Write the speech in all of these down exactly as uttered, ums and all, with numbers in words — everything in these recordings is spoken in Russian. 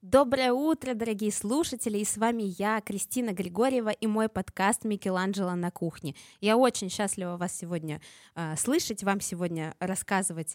Доброе утро, дорогие слушатели, и с вами я, Кристина Григорьева, и мой подкаст «Микеланджело на кухне». Я очень счастлива вас сегодня э, слышать, вам сегодня рассказывать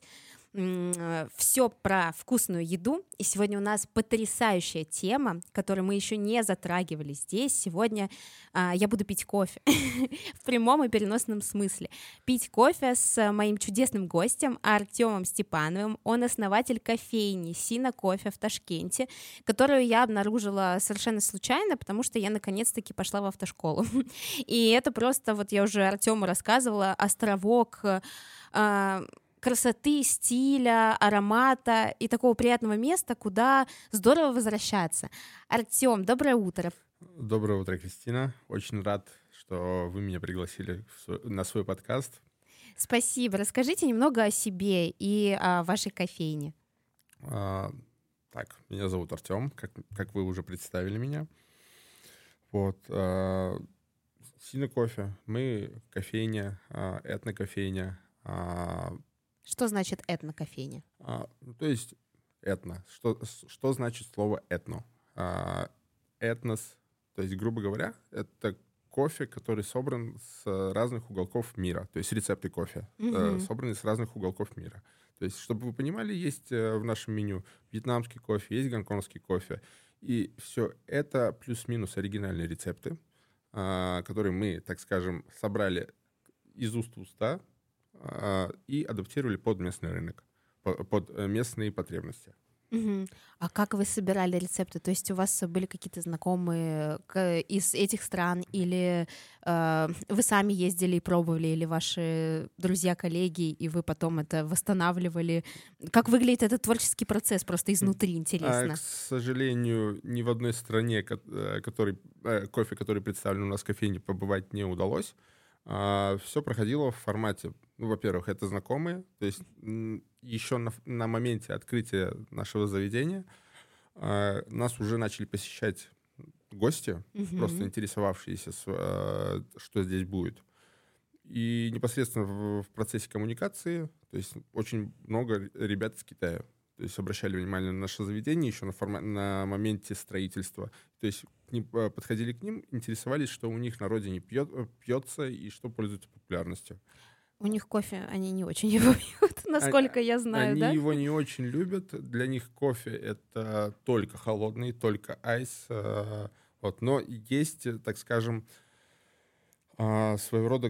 э, все про вкусную еду. И сегодня у нас потрясающая тема, которую мы еще не затрагивали здесь. Сегодня э, я буду пить кофе в прямом и переносном смысле. Пить кофе с моим чудесным гостем Артемом Степановым. Он основатель кофейни «Сина Кофе» в Ташкенте, которую я обнаружила совершенно случайно, потому что я наконец-таки пошла в автошколу. И это просто, вот я уже Артему рассказывала, островок э, красоты, стиля, аромата и такого приятного места, куда здорово возвращаться. Артем, доброе утро. Доброе утро, Кристина. Очень рад, что вы меня пригласили в свой, на свой подкаст. Спасибо. Расскажите немного о себе и о вашей кофейне. А, так, меня зовут Артем, как, как вы уже представили меня. Вот. А, Сина Кофе. Мы кофейня, а, этнокофейня. А, Что значит этнокофейня? а, то есть этно. Что, что значит слово этно? А, этнос, то есть, грубо говоря, это кофе, который собран с разных уголков мира. То есть рецепты кофе mm-hmm. э, собраны с разных уголков мира. То есть, чтобы вы понимали, есть в нашем меню вьетнамский кофе, есть гонконгский кофе. И все это плюс-минус оригинальные рецепты, э, которые мы, так скажем, собрали из уст в уста э, и адаптировали под местный рынок, под местные потребности. Угу. А как вы собирали рецепты? То есть у вас были какие-то знакомые из этих стран, или э, вы сами ездили и пробовали, или ваши друзья, коллеги, и вы потом это восстанавливали? Как выглядит этот творческий процесс? Просто изнутри интересно. А, к сожалению, ни в одной стране, который, кофе, который представлен у нас в кофейне, побывать не удалось. А, все проходило в формате, ну, во-первых, это знакомые, то есть еще на, на моменте открытия нашего заведения а, нас уже начали посещать гости, mm-hmm. просто интересовавшиеся, а, что здесь будет. И непосредственно в, в процессе коммуникации, то есть очень много ребят из Китая, то есть обращали внимание на наше заведение еще на, форма- на моменте строительства. То есть к ним, подходили к ним, интересовались, что у них на родине пьет, пьется и что пользуется популярностью. У них кофе, они не очень его пьют, насколько они, я знаю, они да? Они его не очень любят. Для них кофе — это только холодный, только айс. Вот. Но есть, так скажем, своего рода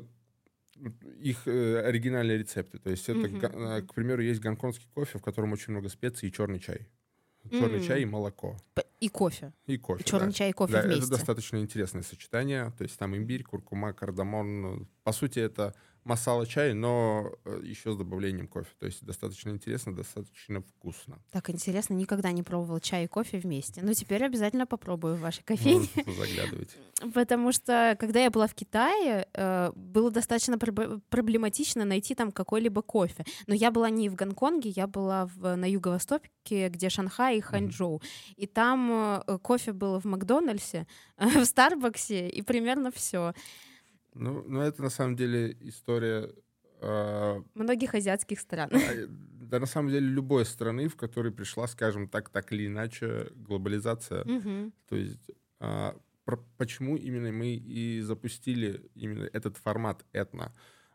их э, оригинальные рецепты. То есть это, mm-hmm. к примеру, есть гонконгский кофе, в котором очень много специй и черный чай. Черный mm-hmm. чай и молоко. И кофе. И кофе, Черный да. чай и кофе да, вместе. Это достаточно интересное сочетание. То есть там имбирь, куркума, кардамон. По сути, это масала чай, но еще с добавлением кофе. То есть достаточно интересно, достаточно вкусно. Так интересно, никогда не пробовала чай и кофе вместе. Но теперь обязательно попробую в вашей кофейне. Заглядывайте. Потому что, когда я была в Китае, было достаточно проблематично найти там какой-либо кофе. Но я была не в Гонконге, я была в, на юго-востоке, где Шанхай и Ханчжоу. Mm-hmm. И там кофе было в Макдональдсе, в Старбаксе, и примерно все. Ну, ну, это на самом деле история э, многих азиатских стран. Э, да, на самом деле любой страны, в которой пришла, скажем так, так или иначе глобализация. Mm-hmm. То есть э, про, почему именно мы и запустили именно этот формат этно?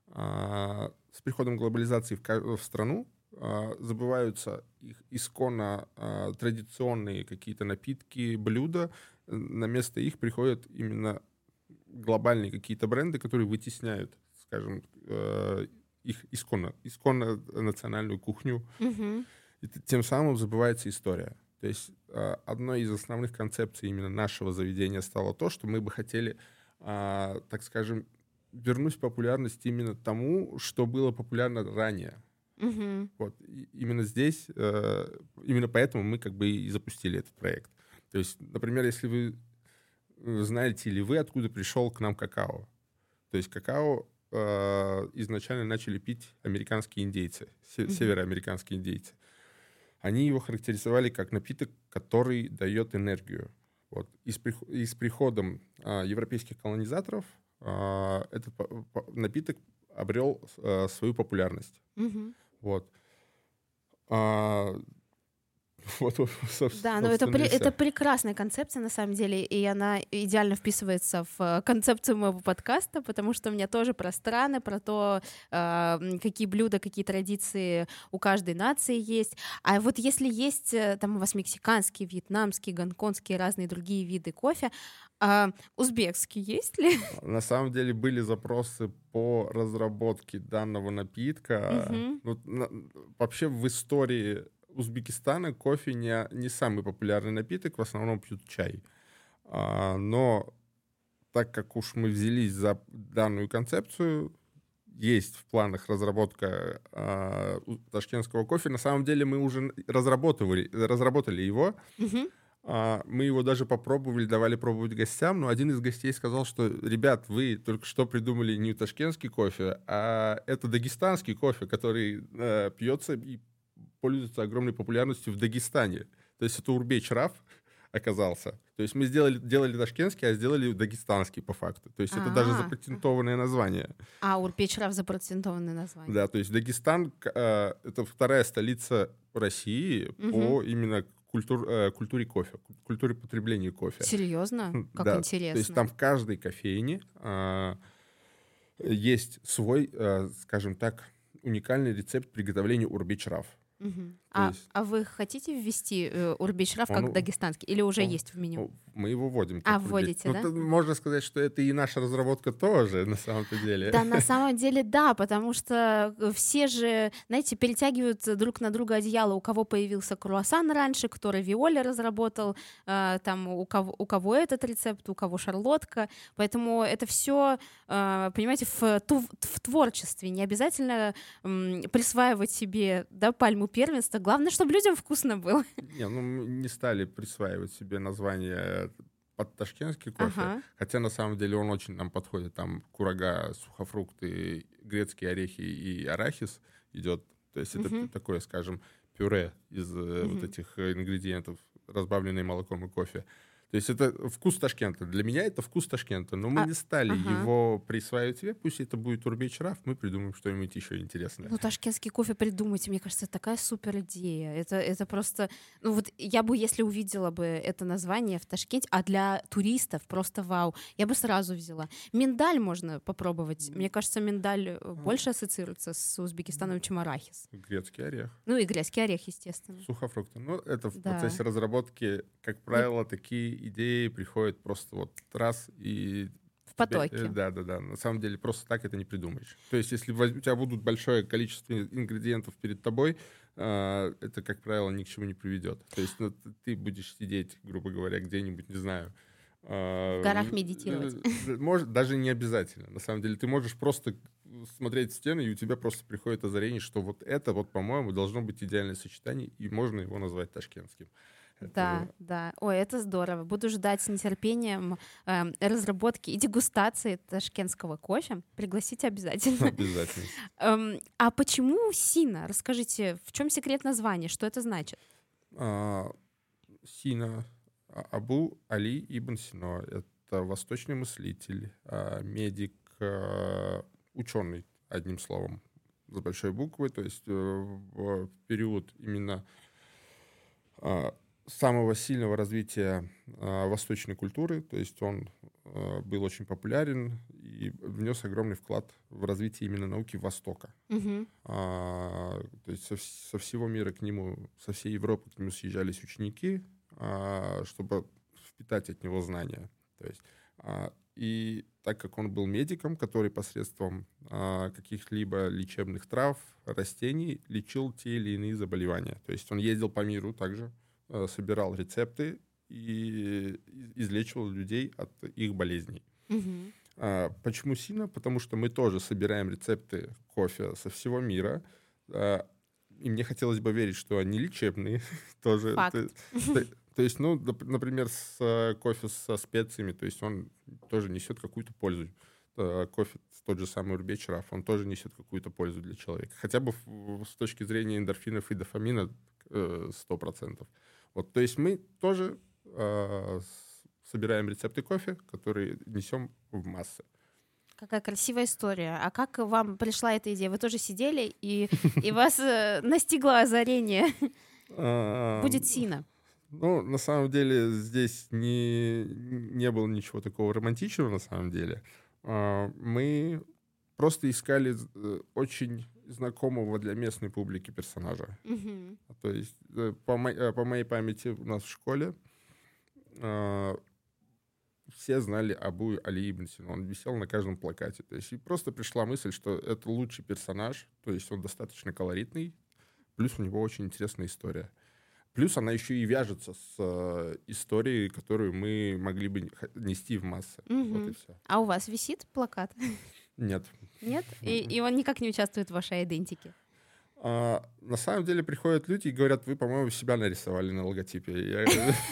Э, с приходом глобализации в, в страну э, забываются их исконно э, традиционные какие-то напитки, блюда. На место их приходят именно глобальные какие-то бренды, которые вытесняют, скажем, э, их исконно, исконно национальную кухню. Mm-hmm. И тем самым забывается история. То есть э, одной из основных концепций именно нашего заведения стало то, что мы бы хотели, э, так скажем, вернуть популярность именно тому, что было популярно ранее. Mm-hmm. Вот. И именно здесь, э, именно поэтому мы как бы и запустили этот проект. То есть, например, если вы знаете ли вы, откуда пришел к нам какао? То есть какао э, изначально начали пить американские индейцы, се- mm-hmm. североамериканские индейцы. Они его характеризовали как напиток, который дает энергию. Вот. И, с, прих- и с приходом э, европейских колонизаторов э, этот по- по- напиток обрел э, свою популярность. Mm-hmm. Вот. А, Вот, да, но это, при, это прекрасная концепция, на самом деле, и она идеально вписывается в концепцию моего подкаста, потому что у меня тоже про страны, про то, э, какие блюда, какие традиции у каждой нации есть. А вот если есть там у вас мексиканский, вьетнамский, гонконгский, разные другие виды кофе, а узбекский есть ли? На самом деле были запросы по разработке данного напитка. Мгм. Ну, на- вообще в истории Узбекистана кофе не, не самый популярный напиток, в основном пьют чай. А, но так как уж мы взялись за данную концепцию, есть в планах разработка а, у- ташкентского кофе. На самом деле мы уже разработали, разработали его. Мгм. А, Мы его даже попробовали, давали пробовать гостям, но один из гостей сказал, что, ребят, вы только что придумали не ташкентский кофе, а это дагестанский кофе, который э, пьется и пользуется огромной популярностью в Дагестане. То есть это Урбеч-Раф оказался. То есть мы сделали, делали ташкентский, а сделали дагестанский по факту. То есть это даже А, запатентованное название. а Урпечрав запатентованное название. Да, то есть Дагестан к- э, это вторая столица России Мгм. по именно культур, э, культуре кофе, ку- культуре потребления кофе. Серьезно? Как Да, интересно. то есть там в каждой кофейне а, есть свой, а, скажем так, уникальный рецепт приготовления урбеч-раф. Мгм. То А, есть а вы хотите ввести э, Урбеч-Раф он как у- дагестанский? Или уже он- есть в меню? о, мы его вводим. А, как урбеч. вводите, Ну, да? то можно сказать, что это и наша разработка тоже, на самом-то деле. Да, на самом деле, да, потому что э, все же, знаете, перетягивают друг на друга одеяло. У кого появился круассан раньше, кто равиоли разработал, э, там у кого, у кого этот рецепт, у кого шарлотка. Поэтому это все, понимаете, в, ту- в творчестве. Не обязательно м, присваивать себе, да, пальму первенства. Главное, чтобы людям вкусно было. Не, ну мы не стали присваивать себе название под ташкентский кофе, Ага. хотя на самом деле он очень нам подходит. Там курага, сухофрукты, грецкие орехи и арахис идет. То есть это Мгм. такое, скажем, пюре из э, вот Мгм. этих э, ингредиентов, разбавленные молоком и кофе. То есть это вкус Ташкента. Для меня это вкус Ташкента, но мы А, не стали ага. его присваивать себе. Пусть это будет Урбеч-Раф, мы придумаем что-нибудь еще интересное. Ну, ташкентский кофе придумайте, мне кажется, это такая супер идея. Это, это просто... Ну вот я бы, если увидела бы это название в Ташкенте, а для туристов просто вау, я бы сразу взяла. Миндаль можно попробовать. Мне кажется, миндаль э, больше ассоциируется с Узбекистаном, чем арахис. Грецкий орех. Ну и грецкий орех, естественно. Сухофрукты. Ну, это в Да. процессе разработки, как правило, такие идеи приходят просто вот раз и... В потоке. тебе- э, Да, да, да. На самом деле просто так это не придумаешь. То есть если воз- у тебя будут большое количество ингредиентов перед тобой, а, это, как правило, ни к чему не приведет. То есть ну, т- ты будешь сидеть, грубо говоря, где-нибудь, не знаю... а, В горах медитировать. э, Может, даже не обязательно. На самом деле ты можешь просто смотреть в стену, и у тебя просто приходит озарение, что вот это, вот, по-моему, должно быть идеальное сочетание, и можно его назвать ташкентским. Это- Да, да. Ой, это здорово. Буду ждать с нетерпением эм, разработки и дегустации ташкентского кофе. Пригласите обязательно. Обязательно. Эм, а почему Сина? Расскажите, в чем секрет названия? Что это значит? А, Сина, а- Абу Али Ибн Сино. Это восточный мыслитель, а, медик, а, ученый, одним словом, с большой буквы. То есть э, в период именно а, самого сильного развития а, восточной культуры, то есть он а, был очень популярен и внес огромный вклад в развитие именно науки Востока. Мгм. А, то есть со, вс- со всего мира к нему, со всей Европы к нему съезжались ученики, а, чтобы впитать от него знания. То есть, а, и так как он был медиком, который посредством а, каких-либо лечебных трав, растений лечил те или иные заболевания. То есть он ездил по миру также, а, собирал рецепты и и- излечивал людей от их болезней. Мгм. А, Почему Сина? Потому что мы тоже собираем рецепты кофе со всего мира. а, И мне хотелось бы верить, что они лечебные тоже. Факт. То, то- то есть, ну, нап- например, с э, кофе со специями, то есть он тоже несет какую-то пользу. Э, Кофе, тот же самый Урбеч-Раф, он тоже несет какую-то пользу для человека. Хотя бы в- с точки зрения эндорфинов и дофамина э, сто процентов. Вот, то есть мы тоже э, с- собираем рецепты кофе, которые несем в массы. Какая красивая история. А как вам пришла эта идея? Вы тоже сидели, и, и вас э, настигло озарение? А, Будет сина. Ну, на самом деле, здесь не, не было ничего такого романтичного, на самом деле. А, Мы просто искали э, очень знакомого для местной публики персонажа. Мгм. То есть, э, по, мо- э, по моей памяти, у нас в школе а, все знали Абу Али ибн Сина. Он висел на каждом плакате. То есть, и просто пришла мысль, что это лучший персонаж. То есть, он достаточно колоритный. Плюс у него очень интересная история. Плюс она еще и вяжется с э, историей, которую мы могли бы х- нести в массы. Вот и Мгм. все. А у вас висит плакат? Нет. Нет? И, и он никак не участвует в вашей идентике? А, на самом деле приходят люди и говорят, вы, по-моему, себя нарисовали на логотипе. Я,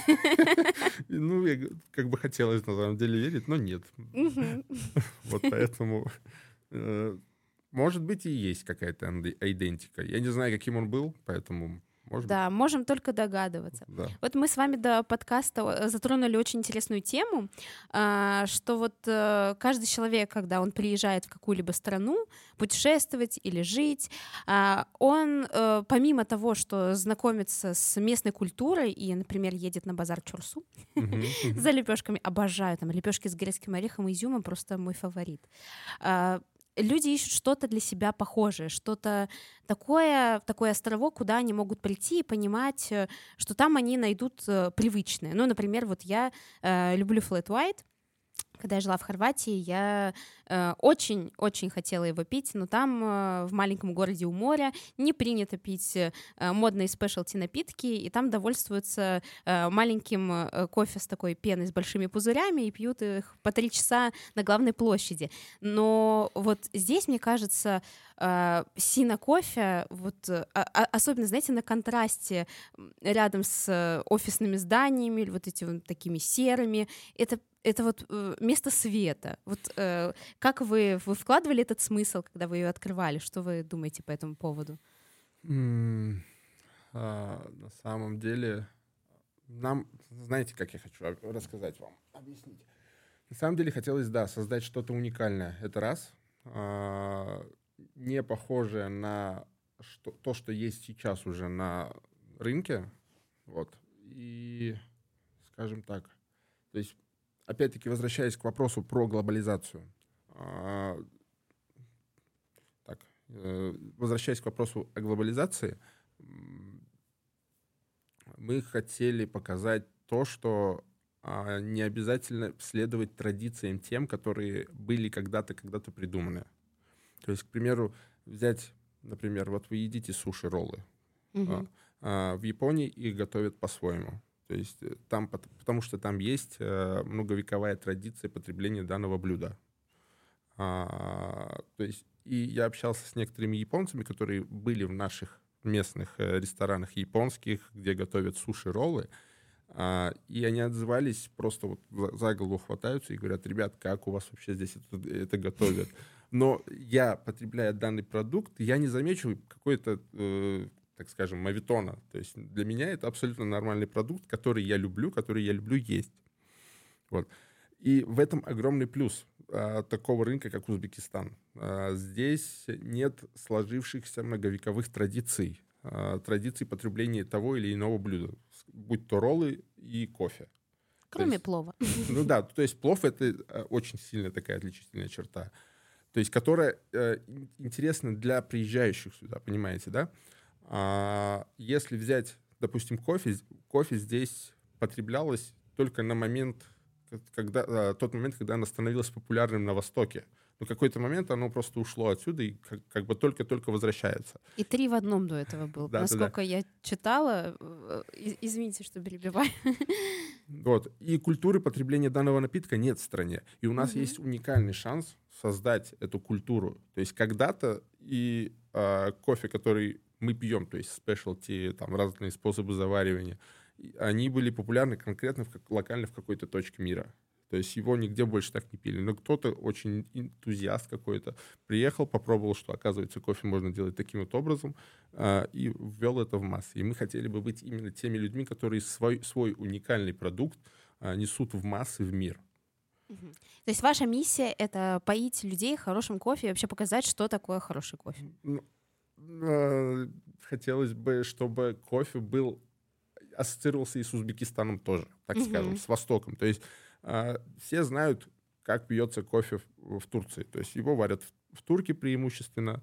ну, я г- как бы хотелось на самом деле верить, но нет. Мгм. Вот поэтому, э, может быть, и есть какая-то анде- идентика. Я не знаю, каким он был, поэтому, может быть, Да, можем только догадываться. да. Вот мы с вами до подкаста э, затронули очень интересную тему, а, что вот э, каждый человек, когда он приезжает в какую-либо страну, путешествовать или жить, а, он э, помимо того, что знакомится с местной культурой и, например, едет на базар Чорсу Мгм, мгм. за лепешками, обожаю там лепешки с грецким орехом и изюмом, просто мой фаворит. А, Люди ищут что-то для себя похожее, что-то такое, такой островок, куда они могут прийти и понимать, э, что там они найдут э, привычное. Ну, например, вот я э, люблю Flat White. Когда я жила в Хорватии, я э, очень-очень хотела его пить, но там, э, в маленьком городе у моря, не принято пить э, модные спешлти напитки, и там довольствуются э, маленьким э, кофе с такой пеной, с большими пузырями, и пьют их по три часа на главной площади. Но вот здесь, мне кажется, э, сина кофе, вот, э, а- а- особенно, знаете, на контрасте м, рядом с э, офисными зданиями, или вот этими вот такими серыми, это это вот э, место света. Вот э, как вы, вы вкладывали этот смысл, когда вы ее открывали? Что вы думаете по этому поводу? М, а, На самом деле, нам, знаете, как я хочу об- рассказать вам, объяснить. На самом деле хотелось, да, создать что-то уникальное. Это раз. А, Не похожее на что- то, что есть сейчас уже на рынке. Вот. И, скажем так, то есть, опять-таки, возвращаясь к вопросу про глобализацию. А, Так, э, возвращаясь к вопросу о глобализации, м, мы хотели показать то, что а, не обязательно следовать традициям тем, которые были когда-то, когда-то придуманы. То есть, к примеру, взять, например, вот вы едите суши-роллы. А, Мгм. а, В Японии их готовят по-своему. То есть э, там, пот- потому что там есть э, многовековая традиция потребления данного блюда. А, то есть, и я общался с некоторыми японцами, которые были в наших местных э, ресторанах японских, где готовят суши-роллы, а, и они отзывались, просто вот за, за голову хватаются и говорят, ребят, как у вас вообще здесь это, это готовят? Но я, потребляя данный продукт, я не замечу какой-то, э, так скажем, мавитона. То есть для меня это абсолютно нормальный продукт, который я люблю, который я люблю есть. Вот. И в этом огромный плюс а, такого рынка, как Узбекистан. А, здесь нет сложившихся многовековых традиций, а, традиций потребления того или иного блюда, с- будь то роллы и кофе. То Кроме есть, плова. ну да, то есть плов — это э, очень сильная такая отличительная черта, то есть которая э, ин- интересна для приезжающих сюда, понимаете, да? А если взять, допустим, кофе, з- кофе здесь потреблялось только на момент, к- когда, а, тот момент, когда оно становилось популярным на Востоке. Но в какой-то момент оно просто ушло отсюда и как, как бы только-только возвращается. И три в одном до этого был. Да-да-да. Насколько я читала, э, и- извините, что перебиваю. Вот. И культуры потребления данного напитка нет в стране. И у нас Мгм. есть уникальный шанс создать эту культуру. То есть когда-то и а, кофе, который мы пьем, то есть спешлти, там разные способы заваривания, и они были популярны конкретно в, как- локально в какой-то точке мира. То есть его нигде больше так не пили. Но кто-то очень энтузиаст какой-то приехал, попробовал, что, оказывается, кофе можно делать таким вот образом, а, и ввел это в массы. И мы хотели бы быть именно теми людьми, которые свой, свой уникальный продукт а, несут в массы, в мир. Мгм. То есть ваша миссия — это поить людей хорошим кофе и вообще показать, что такое хороший кофе. Ну, э, хотелось бы, чтобы кофе был ассоциировался и с Узбекистаном тоже, так Мгм. скажем, с Востоком. То есть э, все знают, как пьется кофе в, в Турции. То есть его варят в, в Турке преимущественно.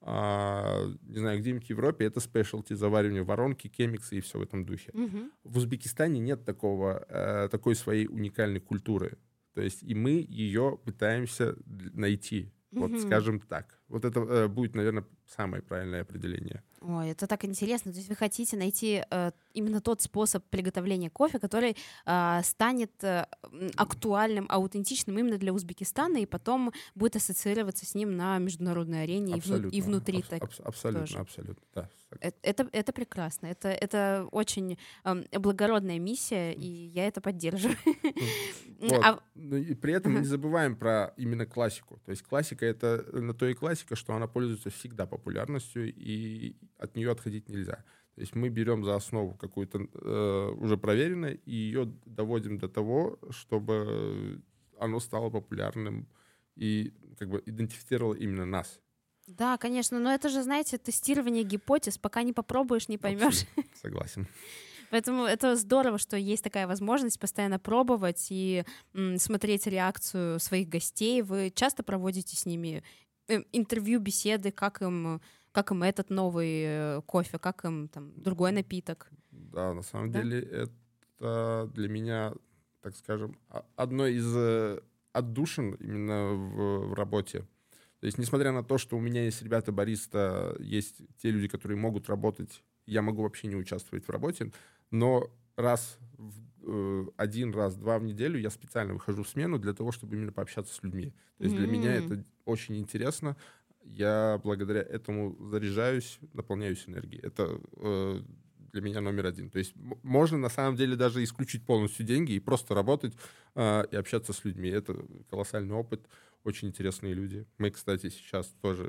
А, не знаю, где-нибудь в Европе это спешлти, заваривание воронки, кемиксы и все в этом духе. Мгм. В Узбекистане нет такого, э, такой своей уникальной культуры. То есть и мы ее пытаемся д- найти. Вот Мгм. скажем так. Вот это э, будет, наверное, самое правильное определение. Ой, это так интересно. То есть вы хотите найти э, именно тот способ приготовления кофе, который а, станет э, м, актуальным, аутентичным именно для Узбекистана, и потом будет ассоциироваться с ним на международной арене и, вну- и Абсолютно. внутри абс- так абс- абсолютно, тоже. абсолютно. Да. Э- Это, это прекрасно. Это, это очень эм, благородная миссия, и я это поддерживаю. М, М, Вот. а- Ну и при этом мы не Ага. забываем про именно классику. То есть классика — это на то и классика, что она пользуется всегда популярностью, и от нее отходить нельзя. То есть мы берем за основу какую-то э, уже проверенную, и ее доводим до того, чтобы оно стало популярным и как бы идентифицировало именно нас. Да, конечно, но это же, знаете, тестирование гипотез, пока не попробуешь, не поймешь. Абсолютно. Согласен. Поэтому это здорово, что есть такая возможность постоянно пробовать и м, смотреть реакцию своих гостей. Вы часто проводите с ними э, интервью, беседы, как им, как им этот новый э, кофе, как им там другой напиток. Да, на самом Да? деле это для меня, так скажем, а- одно из э, отдушин именно в, в работе. То есть, несмотря на то, что у меня есть ребята-бариста, есть те люди, которые могут работать, я могу вообще не участвовать в работе, но раз в, э, один раз, два в неделю я специально выхожу в смену для того, чтобы именно пообщаться с людьми. То есть для меня М. это очень интересно. Я благодаря этому заряжаюсь, наполняюсь энергией. Это э, для меня номер один. То есть м- можно на самом деле даже исключить полностью деньги и просто работать э, и общаться с людьми. Это колоссальный опыт, очень интересные люди. Мы, кстати, сейчас тоже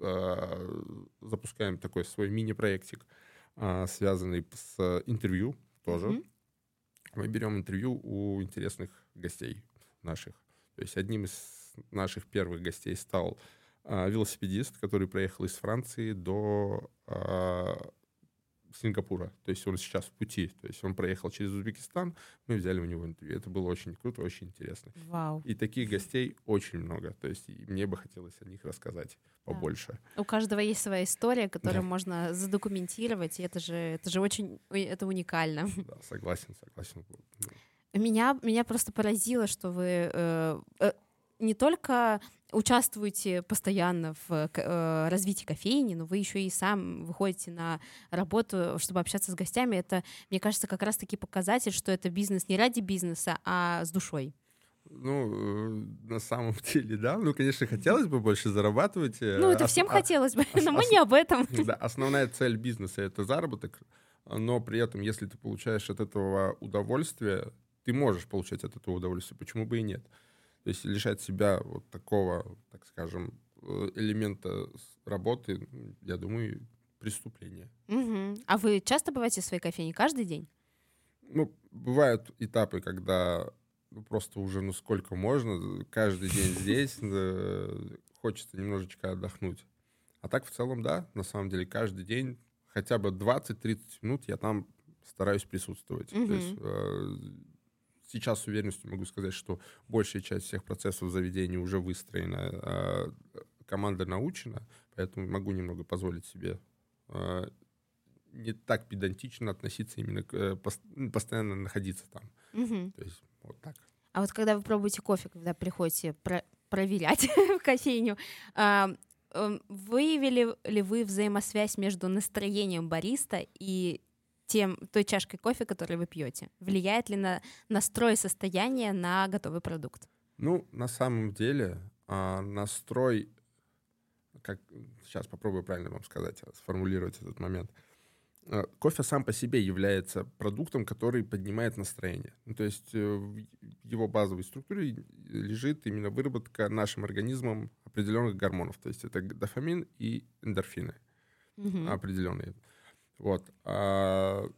э, запускаем такой свой мини-проектик, э, связанный с интервью тоже. Мгм. Мы берем интервью у интересных гостей наших. То есть одним из наших первых гостей стал а, велосипедист, который проехал из Франции до а, Сингапура. То есть он сейчас в пути. То есть он проехал через Узбекистан, мы взяли у него интервью. Это было очень круто, очень интересно. Вау. И таких гостей очень много. То есть и мне бы хотелось о них рассказать Да. побольше. У каждого есть своя история, которую Да. можно задокументировать, и это же, это же очень уи- это уникально. Да, согласен, согласен. Меня, меня просто поразило, что вы э, э, не только участвуете постоянно в к- э, развитии кофейни, но вы еще и сам выходите на работу, чтобы общаться с гостями. Это, мне кажется, как раз-таки показатель, что это бизнес не ради бизнеса, а с душой. Ну, э, на самом деле, да. Ну, конечно, хотелось бы больше зарабатывать. Ну, э, это ос- всем а- хотелось бы, ос- но мы ос- не об этом. Да, основная цель бизнеса — это заработок, но при этом, если ты получаешь от этого удовольствие, ты можешь получать от этого удовольствие, почему бы и нет? То есть лишать себя вот такого, так скажем, э, элемента с- работы, м, я думаю, преступление. Мгм. А вы часто бываете в своей кофейне каждый день? Ну, бывают этапы, когда ну, просто уже, ну, сколько можно, каждый день здесь, э, хочется немножечко отдохнуть. А так, в целом, да, на самом деле, каждый день хотя бы двадцать-тридцать минут я там стараюсь присутствовать. То есть Мгм. э, сейчас с уверенностью могу сказать, что большая часть всех процессов заведения уже выстроена, э, команда научена, поэтому могу немного позволить себе э, не так педантично относиться именно к э, пос- ну, постоянно находиться там. Мгм. То есть вот так. А вот когда вы пробуете кофе, когда приходите про- проверять в кофейню, а, эм, выявили ли вы взаимосвязь между настроением бариста и тем, той чашкой кофе, которую вы пьете? Влияет ли на настрой состояния на готовый продукт? Ну, на самом деле, а, настрой, как сейчас попробую правильно вам сказать, а, сформулировать этот момент. А, Кофе сам по себе является продуктом, который поднимает настроение. Ну, то есть э, в его базовой структуре лежит именно выработка нашим организмом определенных гормонов. То есть это дофамин и эндорфины Мгм. определенные. Вот. А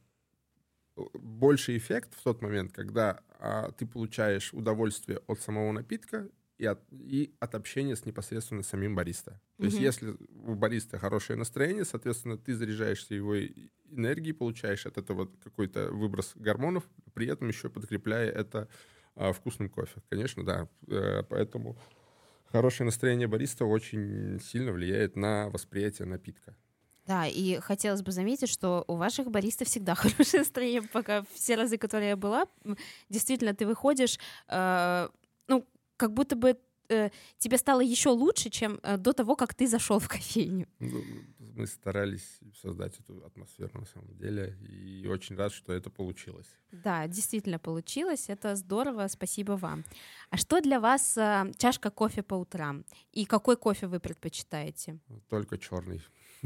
больший эффект в тот момент, когда а, ты получаешь удовольствие от самого напитка и от, и от общения с непосредственно самим бариста. То Mm-hmm. есть если у бариста хорошее настроение, соответственно, ты заряжаешься его энергией, получаешь от этого какой-то выброс гормонов, при этом еще подкрепляя это а, вкусным кофе. Конечно, да. Э, поэтому хорошее настроение бариста очень сильно влияет на восприятие напитка. Да, и хотелось бы заметить, что у ваших баристов всегда хорошее настроение, пока все разы, которые я была, действительно, ты выходишь, э, ну, как будто бы э, тебе стало еще лучше, чем э, до того, как ты зашел в кофейню. Ну, мы старались создать эту атмосферу на самом деле, и очень рад, что это получилось. Да, действительно получилось, это здорово, спасибо вам. А что для вас э, чашка кофе по утрам? И какой кофе вы предпочитаете? Только черный.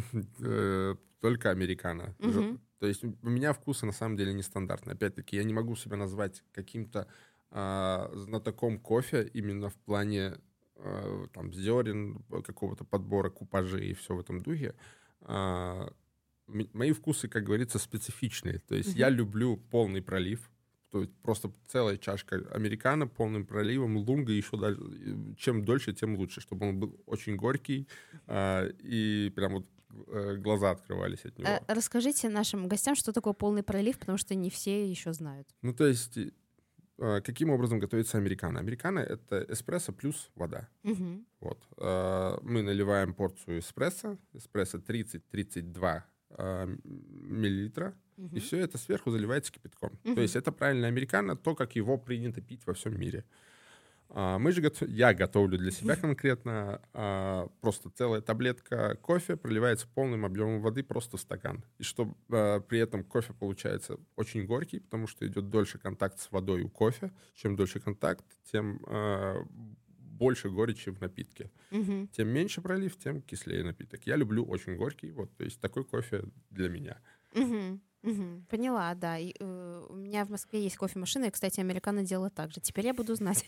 Только американо. Мгм. То есть у меня вкусы на самом деле нестандартные. Опять-таки, я не могу себя назвать каким-то а, знатоком кофе именно в плане а, там зерен, какого-то подбора купажей и все в этом духе. А, м- мои вкусы, как говорится, специфичные. То есть я Мгм. люблю полный пролив. То есть просто целая чашка американо полным проливом, лунга еще даже. и Чем дольше, тем лучше, чтобы он был очень горький а, и прям вот э, глаза открывались от Э, него. Расскажите нашим гостям, что такое полный пролив, потому что не все еще знают. Ну, то есть, э, каким образом готовится американо? Американо — это эспрессо плюс вода. Мгм. Вот. Э, Мы наливаем порцию эспрессо, эспрессо тридцать-тридцать два э, миллилитра, и Мгм. все это сверху заливается кипятком. Мгм. То есть это правильно американо, то, как его принято пить во всем мире. А, Мы же готов... Я готовлю для себя конкретно а, просто целая таблетка кофе проливается полным объемом воды просто в стакан. И чтобы а, при этом кофе получается очень горький, потому что идет дольше контакт с водой у кофе. Чем дольше контакт, тем а, больше горечи в напитке. Мгм. Тем меньше пролив, тем кислее напиток. Я люблю очень горький, вот, то есть такой кофе для меня. Мгм. Мгм. Поняла, да. И, э, у меня в Москве есть кофемашина, и, кстати, американо делала так же. Теперь я буду знать.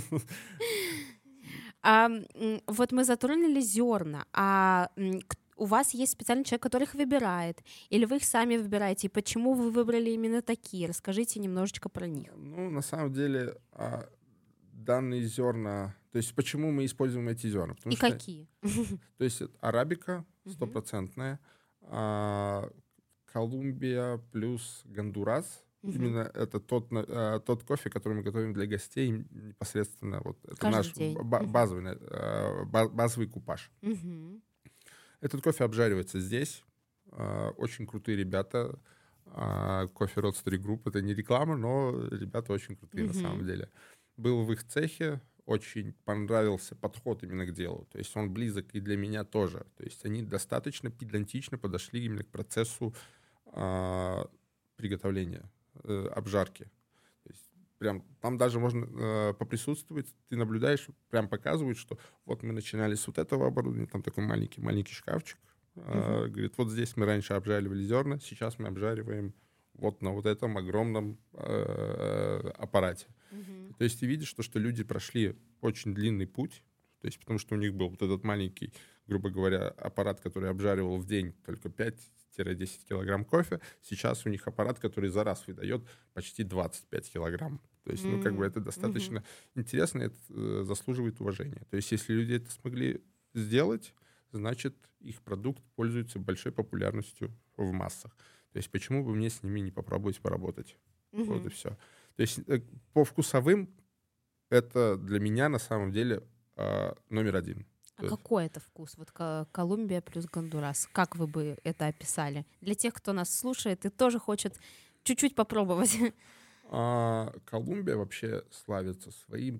А, м, вот мы затронули зерна, а м, к- у вас есть специальный человек, который их выбирает, или вы их сами выбираете, и почему вы выбрали именно такие? Расскажите немножечко про них. Ну, на самом деле, а, данные зерна... То есть почему мы используем эти зерна? Потому И что какие? То есть это арабика Мгм. стопроцентная, а, Колумбия плюс Гондурас. Мгм. Именно это тот, на- а, тот кофе, который мы готовим для гостей непосредственно. Вот это Каждый наш день. ба- Мгм. базовый, на- а, ба- базовый купаж. Мгм. Этот кофе обжаривается здесь. А, Очень крутые ребята. А, Кофе Roastery Group. Это не реклама, но ребята очень крутые на самом Мгм. деле. Был в их цехе, очень понравился подход именно к делу. То есть он близок и для меня тоже. То есть они достаточно педантично подошли именно к процессу а, приготовления, э, обжарки. То есть прям там даже можно э, поприсутствовать, ты наблюдаешь, прям показывают, что вот мы начинали с вот этого оборудования, там такой маленький-маленький шкафчик. Э, Мгм. говорит, вот здесь мы раньше обжаривали зерна, сейчас мы обжариваем вот на вот этом огромном э, аппарате. Мгм. То есть ты видишь, что, что люди прошли очень длинный путь, то есть потому что у них был вот этот маленький, грубо говоря, аппарат, который обжаривал в день только пять-десять килограмм кофе. Сейчас у них аппарат, который за раз выдает почти двадцать пять килограмм. То есть, ну, как бы М. это Мгм. достаточно интересно, это э, заслуживает уважения. То есть, если люди это смогли сделать, значит, их продукт пользуется большой популярностью в массах. То есть, почему бы мне с ними не попробовать поработать? Вот и Мгм. все. То есть, э, по вкусовым это для меня на самом деле а, номер один. А То есть, какой это вкус? Вот ко- Колумбия плюс Гондурас. Как вы бы это описали? Для тех, кто нас слушает и тоже хочет чуть-чуть попробовать. а, Колумбия вообще славится своим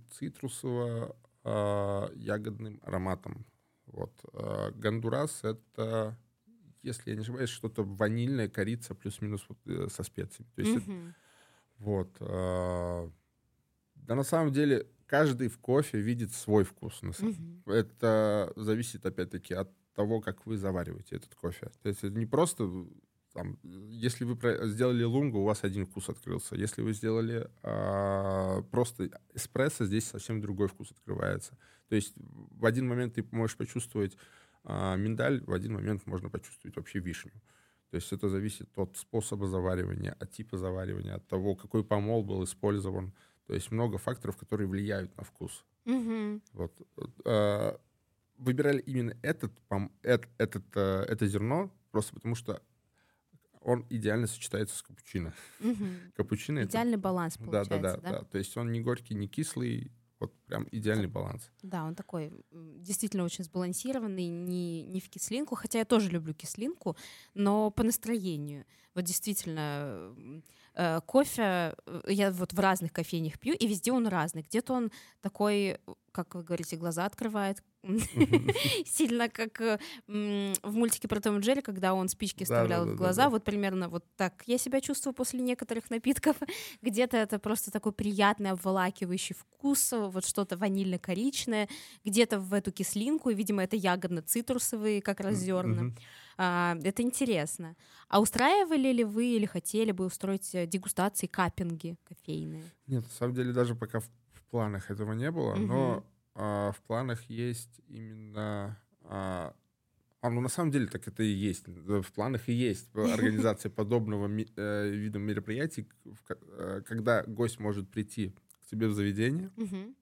цитрусово-ягодным ароматом. Вот. А, Гондурас — это, если я не ошибаюсь, что-то ванильное, корица плюс-минус вот, э, со специями. То есть это, Мгм. вот. а, Да, на самом деле, каждый в кофе видит свой вкус. на самом- Мгм. Это зависит, опять-таки, от того, как вы завариваете этот кофе. То есть это не просто э, там, э, если вы про- сделали лунгу, у вас один вкус открылся. Если вы сделали а, просто эспрессо, здесь совсем другой вкус открывается. То есть в один момент ты можешь почувствовать а, миндаль, в один момент можно почувствовать вообще вишню. То есть это зависит от способа заваривания, от типа заваривания, от того, какой помол был использован. То есть много факторов, которые влияют на вкус. Мгм. Вот. Э, Выбирали именно этот, пом- эт- этот, э, это зерно просто потому, что он идеально сочетается с капучино. Мгм. Капучино — это... Идеальный баланс Да-да-да, получается, да? да. То есть он не горький, не кислый, вот прям идеальный баланс. Да, он такой м, действительно очень сбалансированный, не, не в кислинку, хотя я тоже люблю кислинку, но по настроению. Вот действительно, м, э, кофе э, я вот в разных кофейнях пью, и везде он разный. Где-то он такой, как вы говорите, глаза открывает, Мгм. сильно как э, м, в мультике про Том и Джерри, когда он спички вставлял в глаза. Да-да-да-да-да. Вот примерно вот так я себя чувствую после некоторых напитков. Где-то это просто такой приятный обволакивающий вкус, вот что-то ванильно-коричное, где-то в эту кислинку, и, видимо, это ягодно-цитрусовые как раз М, зерна. мгм. А, это интересно. А устраивали ли вы или хотели бы устроить э, дегустации, каппинги кофейные? Нет, на самом деле даже пока в, в планах этого не было, Мгм. но а, в планах есть именно... а, а, ну на самом деле так это и есть. Э, В планах и есть э, организация подобного ми- э, вида мероприятий, к- в ко- э, когда гость может прийти к тебе в заведение, Мгм.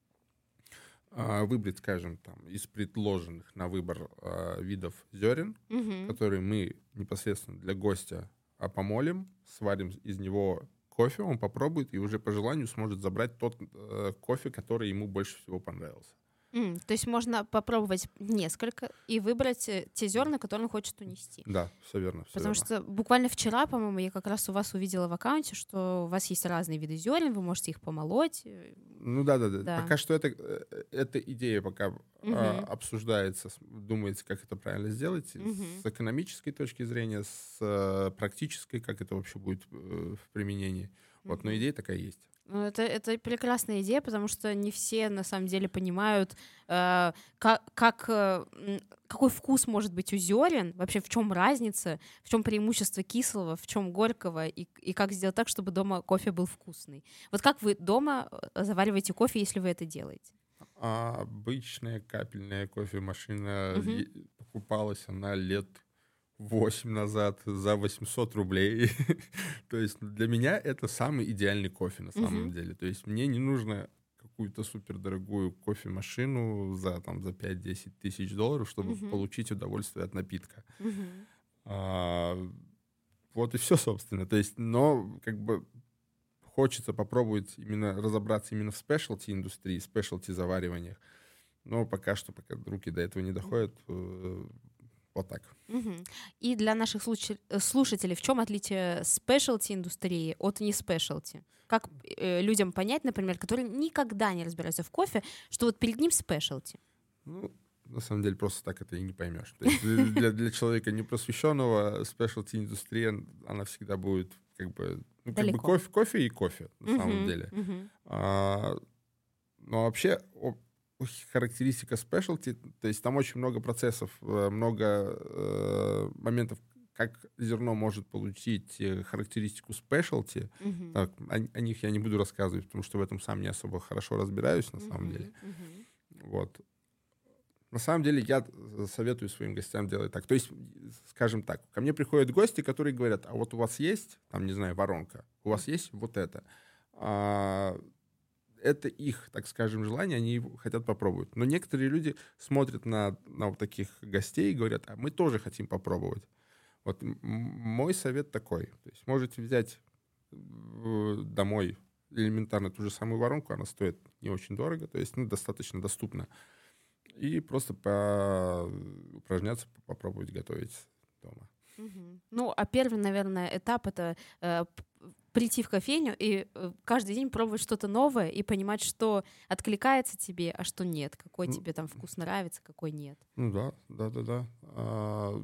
а, выбрать, скажем, там, из предложенных на выбор а, видов зерен, Мгм. которые мы непосредственно для гостя а, помолим, сварим из него кофе, он попробует и уже по желанию сможет забрать тот э, кофе, который ему больше всего понравился. М, То есть можно попробовать несколько и выбрать э, те зерна, которые он хочет унести. Да, все верно, все Потому верно. что буквально вчера, по-моему, я как раз у вас увидела в аккаунте, что у вас есть разные виды зерен, вы можете их помолоть. э, Ну да, да, да. Да. Пока что это, э, эта идея пока а, Мгм. обсуждается, с- думается, как это правильно сделать Мгм. с экономической точки зрения, с э, практической, как это вообще будет э, в применении. Вот, но Мгм. идея такая есть. Ну, это, это прекрасная идея, потому что не все на самом деле понимают, э, как, как, э, м, какой вкус может быть у зерен, вообще в чем разница, в чем преимущество кислого, в чем горького, и, и как сделать так, чтобы дома кофе был вкусный. Вот как вы дома э, завариваете кофе, если вы это делаете? А обычная капельная кофемашина Мгм. е- покупалась она лет восемь назад за восемьсот рублей. То есть для меня это самый идеальный кофе на самом Мгм. деле. То есть мне не нужно какую-то супердорогую кофемашину за, там, за пять-десять тысяч долларов, чтобы Мгм. получить удовольствие от напитка. Мгм. А, вот и все, собственно. То есть, но как бы хочется попробовать именно разобраться именно в спешлти индустрии, спешлти завариваниях. Но пока что, пока руки до этого не доходят, э, вот так. Мгм. И для наших случ- э, слушателей, в чем отличие спешлти индустрии от не спешлти? Как э, людям понять, например, которые никогда не разбираются в кофе, что вот перед ним спешлти? Ну, на самом деле, просто так это и не поймешь. То есть для, для- для человека непросвещенного спешлти индустрия, она всегда будет как бы, ну, как бы Далеко. кофе, кофе и кофе, на самом Мгм. деле. Мгм. А, но вообще о- о- характеристика спешлти, то есть там очень много процессов, э, много э, моментов, как зерно может получить э, характеристику спешлти. Мгм. Так, о, о них я не буду рассказывать, потому что в этом сам не особо хорошо разбираюсь, на самом деле. Мгм. Мгм. Вот. На самом деле я э, советую своим гостям делать так. То есть, скажем так, ко мне приходят гости, которые говорят, а вот у вас есть, там, не знаю, воронка, у вас есть вот это. А, это их, так скажем, желание, они его хотят попробовать. Но некоторые люди смотрят на, на вот таких гостей и говорят, а мы тоже хотим попробовать. Вот м- мой совет такой. То есть можете взять э, домой элементарно ту же самую воронку, она стоит не очень дорого, то есть ну, достаточно доступно. И просто по... упражняться, попробовать готовить дома. Мгм. Ну, а первый, наверное, этап — это э, п- прийти в кофейню и э, каждый день пробовать что-то новое и понимать, что откликается тебе, а что нет, какой Ну, тебе там вкус нравится, какой нет. ну да, да, да, да. А,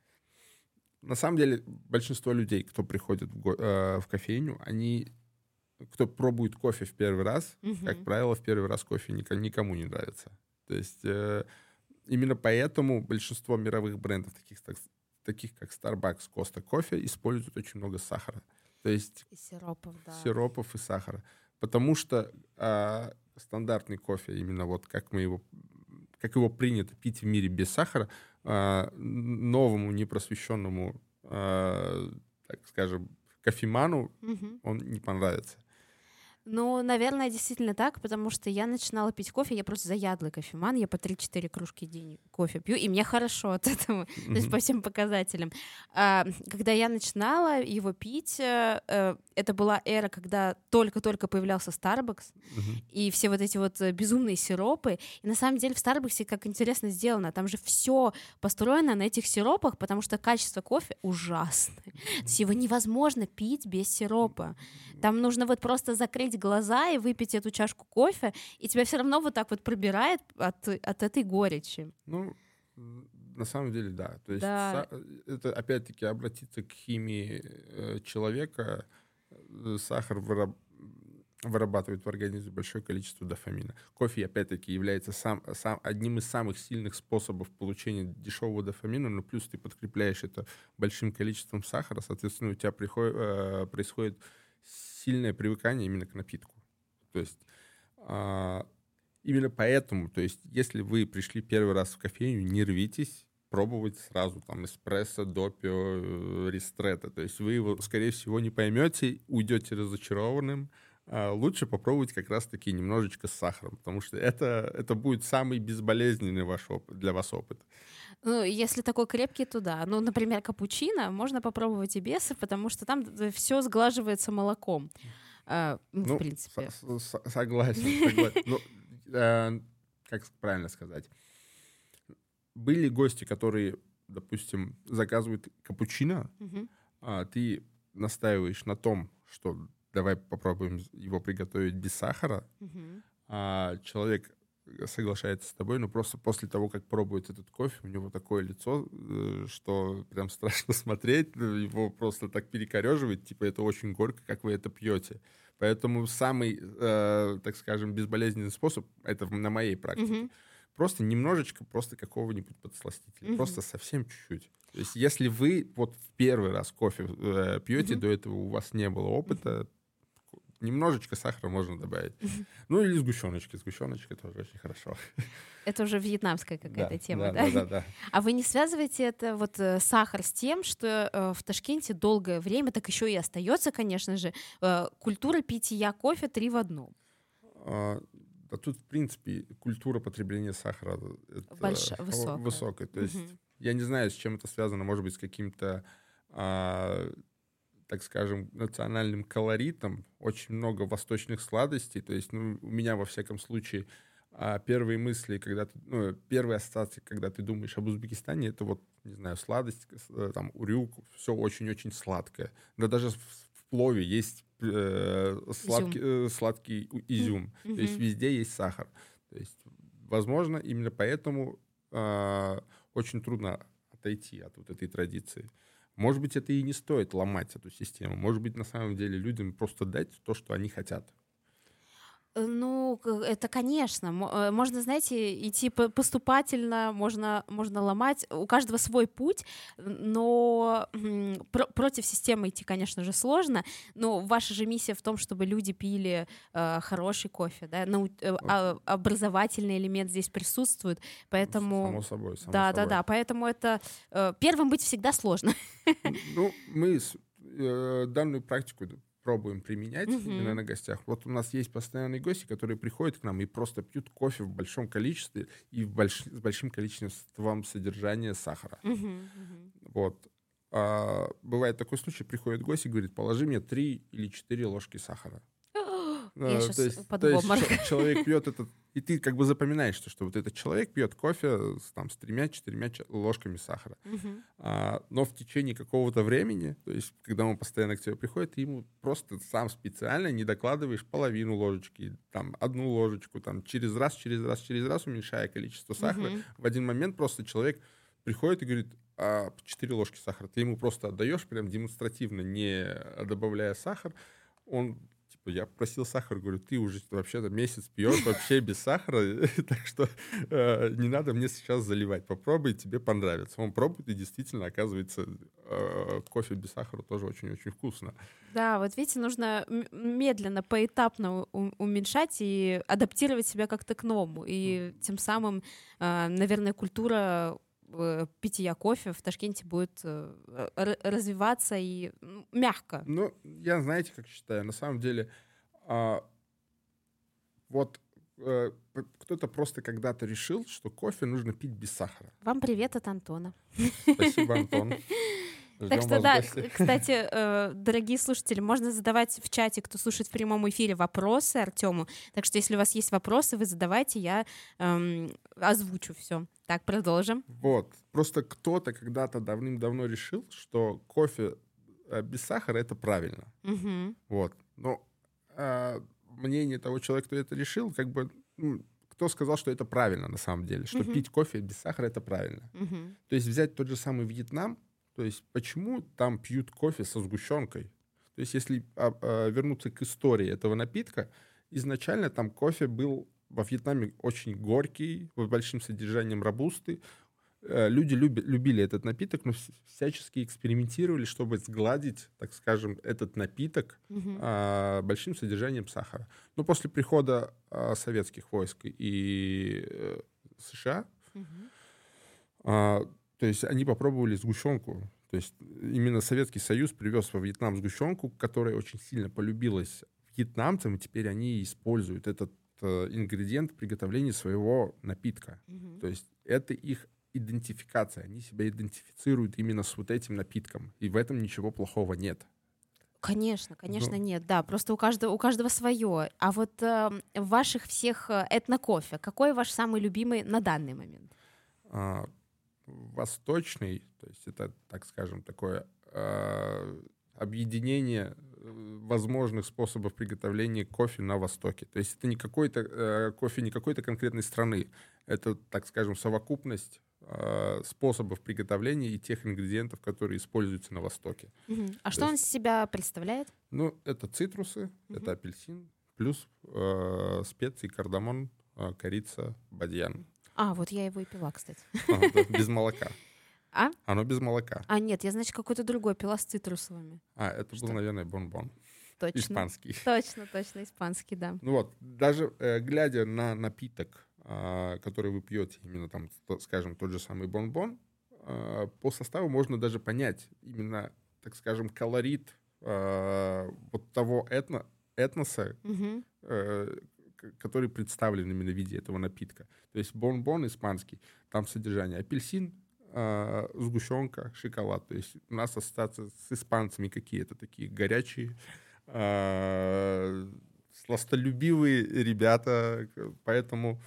на самом деле большинство людей, кто приходит в, го- э, в кофейню, они, кто пробует кофе в первый раз, как Мгм. правило, в первый раз кофе ника- никому не нравится. То есть э, именно поэтому большинство мировых брендов, таких, так- таких как Starbucks, Costa Coffee, используют очень много сахара. То есть И сиропов, да. сиропов и сахара. Потому что а, стандартный кофе, именно вот как мы его, как его принято пить в мире без сахара, а, новому непросвещенному, а, так скажем, кофеману Мгм. он не понравится. Ну, наверное, действительно так, потому что я начинала пить кофе, я просто заядлый кофеман, я по три-четыре кружки в день кофе пью, и мне хорошо от этого, то есть по всем показателям. А, когда я начинала его пить, э, э, это была эра, когда только-только появлялся Starbucks, и все вот эти вот безумные сиропы, и на самом деле в Старбаксе как интересно сделано, там же все построено на этих сиропах, потому что качество кофе ужасное, то есть его невозможно пить без сиропа. Там нужно вот просто закрыть глаза и выпить эту чашку кофе, и тебя все равно вот так вот пробирает от, от этой горечи. Ну, на самом деле, да. То есть Да. са- это опять-таки обратиться к химии э, человека. Э, Сахар выраб- вырабатывает в организме большое количество дофамина. Кофе, опять-таки, является сам, сам, одним из самых сильных способов получения дешевого дофамина, но плюс ты подкрепляешь это большим количеством сахара, соответственно, у тебя приходит, э, происходит сильное привыкание именно к напитку. То есть а, именно поэтому, то есть если вы пришли первый раз в кофейню, не рвитесь пробовать сразу там эспрессо, допио, ристретто. То есть вы его, скорее всего, не поймете, уйдете разочарованным. А лучше попробовать как раз-таки немножечко с сахаром, потому что это, это будет самый безболезненный ваш опыт, для вас опыт. Ну, если такой крепкий, то да. Ну, например, капучино можно попробовать и без, потому что там все сглаживается молоком. А, ну, Ну, в принципе. с- с- согласен, согласен. Ну, э, как правильно сказать? Были гости, которые, допустим, заказывают капучино, Мгм. а ты настаиваешь на том, что давай попробуем его приготовить без сахара, Мгм. а человек соглашается с тобой, но просто после того, как пробует этот кофе, у него такое лицо, э, что прям страшно смотреть, э, его просто так перекореживает, типа это очень горько, как вы это пьете. Поэтому самый, э, так скажем, безболезненный способ, это на моей практике, Мгм. просто немножечко просто какого-нибудь подсластителя, Мгм. просто совсем чуть-чуть. То есть если вы вот в первый раз кофе э, пьете, Мгм. до этого у вас не было опыта, немножечко сахара можно добавить. Ну или сгущеночки. Сгущеночка тоже очень хорошо. Это уже вьетнамская какая-то Да, тема, да, да? да, да, да. А вы не связываете это вот э, сахар с тем, что э, в Ташкенте долгое время, так еще и остается, конечно же, э, культура питья кофе три в одном. А, Да тут, в принципе, культура потребления сахара это Больш- о- высокая. высокая. То есть Мгм. я не знаю, с чем это связано, может быть, с каким-то, а, так скажем, национальным колоритом. Очень много восточных сладостей. То есть, ну, у меня, во всяком случае, а, первые мысли, когда ты, ну, первые ассоциации, когда ты думаешь об Узбекистане, это вот, не знаю, сладость, э, там, урюк, все очень-очень сладкое. Да даже в, в плове есть э, сладкий, э, сладкий у- изюм. Мгм. То есть везде есть сахар. То есть, возможно, именно поэтому а, очень трудно отойти от вот этой традиции. Может быть, это и не стоит ломать эту систему. Может быть, на самом деле людям просто дать то, что они хотят. Э, Ну, к- это, конечно, мо- э, можно, знаете, идти по- поступательно, можно, можно ломать. У каждого свой путь, но м, про- против системы идти, конечно же, сложно. Но ваша же миссия в том, чтобы люди пили э, хороший кофе, да, нау- э, Вот, а- образовательный элемент здесь присутствует, поэтому само собой, само да, да, собой. да, поэтому это э, первым быть всегда сложно. Н- Ну, мы с- э, данную практику пробуем применять именно Мгм. на гостях. Вот у нас есть постоянные гости, которые приходят к нам и просто пьют кофе в большом количестве и в больш- с большим количеством содержания сахара. Мгм, мгм. Вот. А бывает такой случай, приходит гость и говорит, положи мне три или четыре ложки сахара. Я А, то сейчас есть, упаду то в есть обморок. чел- человек пьет этот, и ты как бы запоминаешь, что, что вот этот человек пьет кофе с, там, с тремя-четырьмя ча- ложками сахара. Мгм. А, но в течение какого-то времени, то есть когда он постоянно к тебе приходит, ты ему просто сам специально не докладываешь половину ложечки, там, одну ложечку, там, через раз, через раз, через раз, уменьшая количество сахара. Мгм. В один момент просто человек приходит и говорит, а, четыре ложки сахара. Ты ему просто отдаешь прям демонстративно, не добавляя сахар. Он, типа, я просил сахар, говорю, ты уже вообще-то месяц пьешь вообще без сахара, так что э, не надо мне сейчас заливать. Попробуй, тебе понравится. Он пробует, и действительно, оказывается, э, кофе без сахара тоже очень-очень вкусно. Да, вот видите, нужно м- медленно, поэтапно у- уменьшать и адаптировать себя как-то к новому. И тем самым, э, наверное, культура э, питья кофе в Ташкенте будет э, р- развиваться и м, мягко. Ну, я, знаете, как считаю, на самом деле а, вот э, кто-то просто когда-то решил, что кофе нужно пить без сахара. Вам привет от Антона. Спасибо, Антон. Ждем Так что вас в да, гости. кстати, э, дорогие слушатели, можно задавать в чате, кто слушает в прямом эфире, вопросы Артему. Так что если у вас есть вопросы, вы задавайте, я эм, озвучу все. Так, продолжим. Вот. Просто кто-то когда-то давным-давно решил, что кофе э, без сахара — это правильно. Угу. Вот. Но э, мнение того человека, кто это решил, как бы, ну, кто сказал, что это правильно на самом деле, что Мгм. пить кофе без сахара — это правильно. Угу. То есть взять тот же самый Вьетнам, то есть почему там пьют кофе со сгущенкой? То есть если а, а, вернуться к истории этого напитка, изначально там кофе был во Вьетнаме очень горький, с большим содержанием робусты. Э, Люди люби- любили этот напиток, но вс- всячески экспериментировали, чтобы сгладить, так скажем, этот напиток Угу. а, большим содержанием сахара. Но после прихода а, советских войск и э, США, а, то есть они попробовали сгущенку. То есть именно Советский Союз привез во Вьетнам сгущенку, которая очень сильно полюбилась вьетнамцам, и теперь они используют этот э, ингредиент в приготовлении своего напитка. Угу. То есть это их идентификация. Они себя идентифицируют именно с вот этим напитком. И в этом ничего плохого нет. Конечно, конечно, Ну, нет, да, просто у каждого, у каждого свое. А вот э, в ваших всех э, этнокофе, какой ваш самый любимый на данный момент? а, восточный, то есть это, так скажем, такое а, объединение э, возможных способов приготовления кофе на Востоке. То есть это не какой-то э, кофе не какой-то конкретной страны, это, так скажем, совокупность э, способов приготовления и тех ингредиентов, которые используются на Востоке. Мгм. А То что он есть, из себя представляет? ну, это цитрусы, Мгм. это апельсин, плюс э, специи, кардамон, э, корица, бадьян. А, вот я его и пила, кстати. А, да, без молока. А? Оно без молока. А, нет, я, значит, какой-то другой пила с цитрусовыми. А, это был, Что? наверное, бонбон. Точно. Испанский. Точно, точно, испанский, да. Ну вот, даже э, глядя на напиток, а, который вы пьете, именно там, то- скажем, тот же самый бонбон, а, по составу можно даже понять именно, так скажем, колорит а, вот того этно, этноса, Мгм. э, к- который представлен именно в виде этого напитка. То есть бонбон испанский, там содержание апельсин, а, сгущенка, шоколад. То есть у нас ассоциация с испанцами какие-то такие горячие, а, сластолюбивые ребята, к- поэтому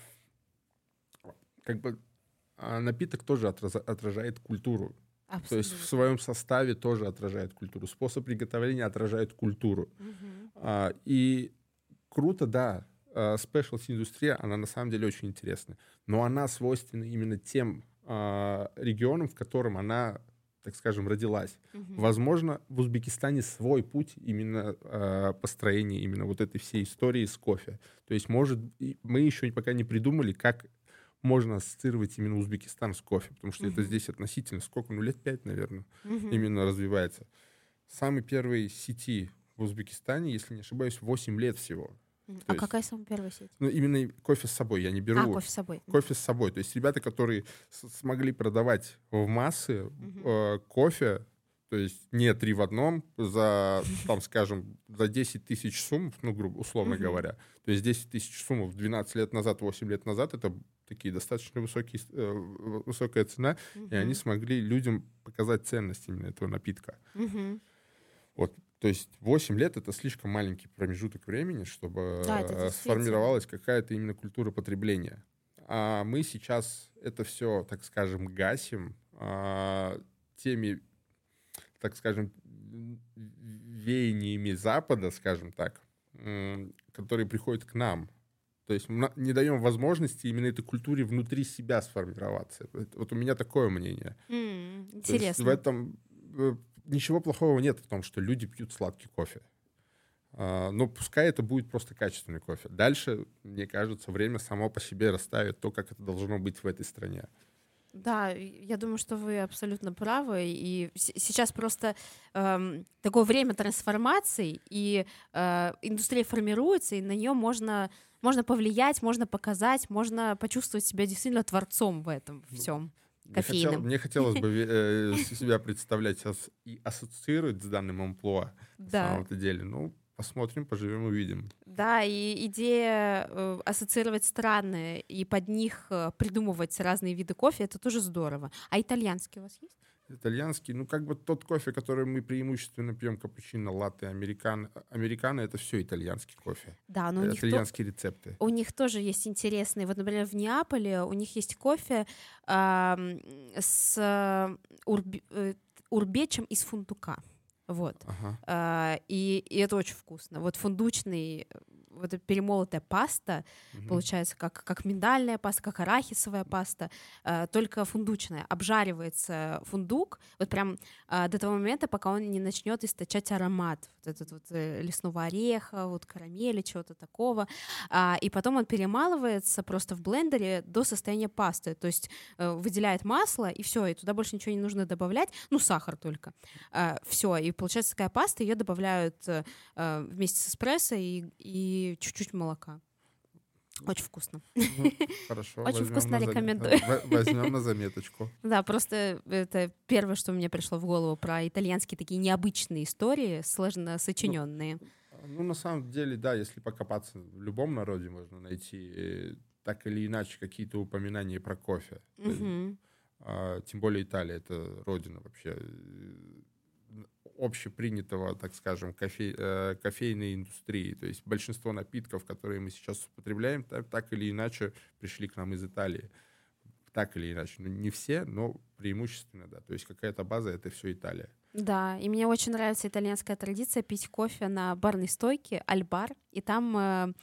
как бы а, напиток тоже отраза- отражает культуру. То есть в Абсолютно. своем составе тоже отражает культуру. Способ приготовления отражает культуру. Мгм. А, И круто, да, спешлти-индустрия, она на самом деле очень интересная. Но она свойственна именно тем а, регионам, в котором она, так скажем, родилась. Мгм. Возможно, в Узбекистане свой путь именно а, построения именно вот этой всей истории с кофе. То есть, может, и мы еще пока не придумали, как можно ассоциировать именно Узбекистан с кофе, потому что это Мгм. здесь относительно сколько, ну, лет пять, наверное, Мгм. именно развивается. Самый первый сети в Узбекистане, если не ошибаюсь, восемь лет всего. Мгм. То А есть, какая самая первая сеть? ну, именно и кофе с собой я не А, беру. кофе с собой. Мгм. Кофе с собой. То есть ребята, которые с- смогли продавать в массы Мгм. э, кофе, то есть не три в одном, за, там, скажем, за десять тысяч сумм, ну, грубо, условно Мгм. говоря. То есть десять тысяч сумм двенадцать лет назад, восемь лет назад, это такие достаточно высокие, э, высокая цена, и они Мгм. смогли людям показать ценность именно этого напитка. Мгм. Вот, то есть восемь лет — это слишком маленький промежуток времени, чтобы Да, это э, действительно. сформировалась какая-то именно культура потребления. А мы сейчас это все, так скажем, гасим а, теми, так скажем, м, веяниями Запада, скажем так, м, которые приходят к нам. То есть мы не даем возможности именно этой культуре внутри себя сформироваться. Это- Вот у меня такое мнение. М, То есть в Интересно. этом э, ничего плохого нет в том, что люди пьют сладкий кофе. А, Но пускай это будет просто качественный кофе. Дальше, мне кажется, время само по себе расставит то, как это должно быть в этой стране. Да, и я думаю, что вы абсолютно правы. И с- сейчас просто эм, такое время трансформаций, и э, индустрия формируется, и на нее можно, можно повлиять, можно показать, можно почувствовать себя действительно творцом в этом Ну, всем Мне, хотел- кофейном. мне хотелось бы э, с- себя представлять ас- и ассоциировать с данным амплуа на Да, самом-то деле. Ну, посмотрим, поживем, увидим. Да, и идея э, ассоциировать страны и под них э, придумывать разные виды кофе, это тоже здорово. А итальянский у вас есть? Итальянский, ну, как бы тот кофе, который мы преимущественно пьем, капучино, латте, американо, американо, это все итальянский кофе. Да, но у них, то, Итальянские рецепты. у них тоже есть интересные. Вот, например, в Неаполе у них есть кофе ам, с э, урби- э, урбечем из фундука. Вот. Ага. А, и, и это очень вкусно. Вот фундучный, э, вот эта перемолотая паста, Мгм. получается, как, как миндальная паста, как арахисовая паста, а, только фундучная. Обжаривается фундук вот прям а, до того момента, пока он не начнет источать аромат вот этот вот э, лесного ореха, вот карамели, чего-то такого. А, и потом он перемалывается просто в блендере до состояния пасты. То есть э, выделяет масло, и все, и туда больше ничего не нужно добавлять, ну, сахар только. Все, и получается такая паста, ее добавляют э, э, вместе с эспрессо и, и чуть-чуть молока. Очень вкусно. Ну, хорошо. Очень возьмем вкусно, на зам- рекомендую. в- Возьмем на заметочку. Да, просто это первое, что мне пришло в голову про итальянские такие необычные истории, сложно сочиненные. Ну, на самом деле, да, если покопаться в любом народе, можно найти э, так или иначе какие-то упоминания про кофе. Мгм. А, Тем более Италия — это родина вообще э, общепринятого, так скажем, кофе, э, кофейной индустрии. То есть большинство напитков, которые мы сейчас употребляем, так, так или иначе пришли к нам из Италии. Так или иначе. Ну, не все, но преимущественно, да. То есть какая-то база — это все Италия. Да, и мне очень нравится итальянская традиция пить кофе на барной стойке, аль-бар, и там, э,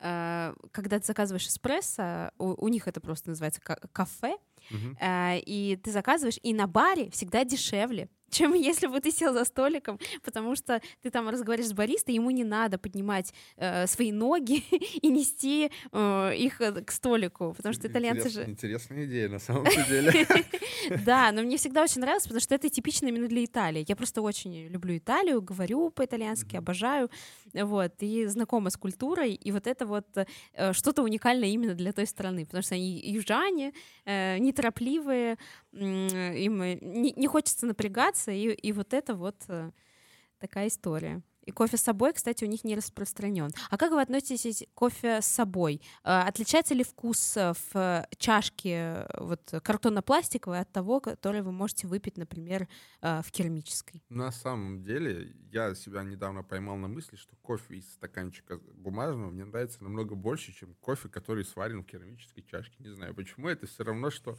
э, когда ты заказываешь эспрессо, у, у них это просто называется ка- кафе, Мгм. э, и ты заказываешь, и на баре всегда дешевле, чем если бы ты сел за столиком, потому что ты там разговариваешь с баристой, ему не надо поднимать э, свои ноги и нести э, их э, к столику, потому что итальянцы Интерес- же... Интересная идея, на самом деле. Да, но мне всегда очень нравилось, потому что это типично именно для Италии. Я просто очень люблю Италию, говорю по-итальянски, Мгм. обожаю, вот, и знакома с культурой, и вот это вот э, что-то уникальное именно для той страны, потому что они южане, э, неторопливые, м, им э, не, не хочется напрягаться, и, и вот это вот э, такая история. И кофе с собой, кстати, у них не распространен. А как вы относитесь к кофе с собой? Э, Отличается ли вкус э, в э, чашке э, вот, картонно-пластиковой от того, который вы можете выпить, например, э, в керамической? На самом деле, я себя недавно поймал на мысли, что кофе из стаканчика бумажного мне нравится намного больше, чем кофе, который сварен в керамической чашке. Не знаю почему, это все равно, что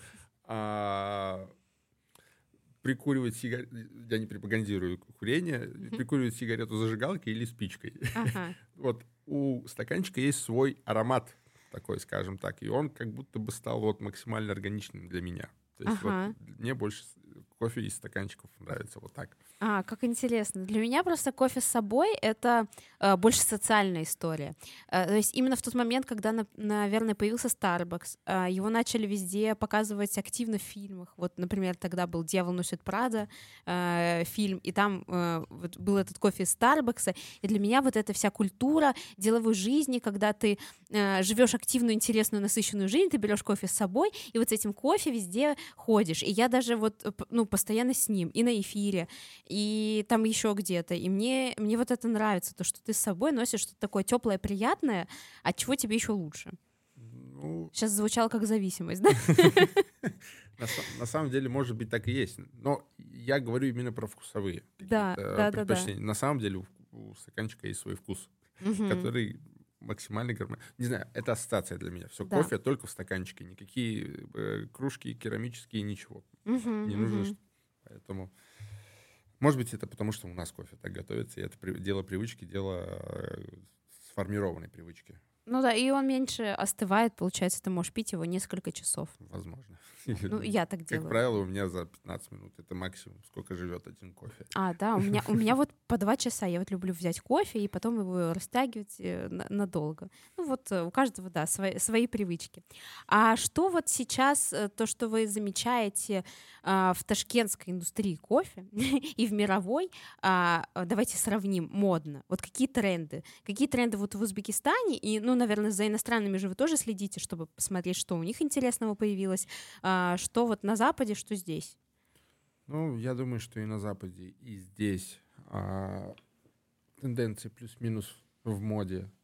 а, прикуривать сигарету, я не пропагандирую курение, Мгм. прикуривать сигарету зажигалкой или спичкой. Ага. Вот у стаканчика есть свой аромат, такой, скажем так, и он как будто бы стал вот максимально органичным для меня. То есть вот Ага. мне больше с- кофе из стаканчиков нравится вот так. А, как интересно. Для меня просто кофе с собой — это э, больше социальная история. Э, то есть именно в тот момент, когда, на- наверное, появился Starbucks, э, его начали везде показывать активно в фильмах. Вот, например, тогда был «Дьявол носит Прада» э, фильм, и там э, вот был этот кофе из Старбакса. И для меня вот эта вся культура деловой жизни, когда ты э, живешь активную, интересную, насыщенную жизнь, ты берешь кофе с собой, и вот с этим кофе везде ходишь. И я даже вот, э, п- ну, постоянно с ним, и на эфире, и там еще где-то. И мне, мне вот это нравится, то, что ты с собой носишь что-то такое теплое, приятное, от чего тебе еще лучше. Ну, Сейчас звучало как зависимость, да? на, са- на самом деле, может быть, так и есть. Но я говорю именно про вкусовые Да, какие-то да, да, да. предпочтения. На самом деле у, у стаканчика есть свой вкус, Мгм. который максимально гармоничный. Не знаю, это ассоциация для меня. Все, Да. кофе только в стаканчике. Никакие э, кружки керамические, ничего. Мгм, Не нужно. мгм. что- Поэтому, может быть, это потому, что у нас кофе так готовится, и это при- дело привычки, дело э, сформированной привычки, Ну да, и он меньше остывает, получается, ты можешь пить его несколько часов. возможно. Ну, я так Как делаю. правило, у меня за пятнадцать минут это максимум, сколько живет один кофе. А, да, у меня, у меня вот по два часа. Я вот люблю взять кофе и потом его растягивать э, на- надолго. Ну вот э, у каждого, да, свои, свои привычки. А что вот сейчас, э, то, что вы замечаете а, в ташкентской индустрии кофе и в мировой, а, а, давайте сравним, модно. Вот какие тренды? Какие тренды вот в Узбекистане? И, ну, наверное, за иностранными же вы тоже следите, чтобы посмотреть, что у них интересного появилось, а, что вот на Западе, что здесь. Ну, я думаю, что и на Западе, и здесь а, тенденции плюс-минус в моде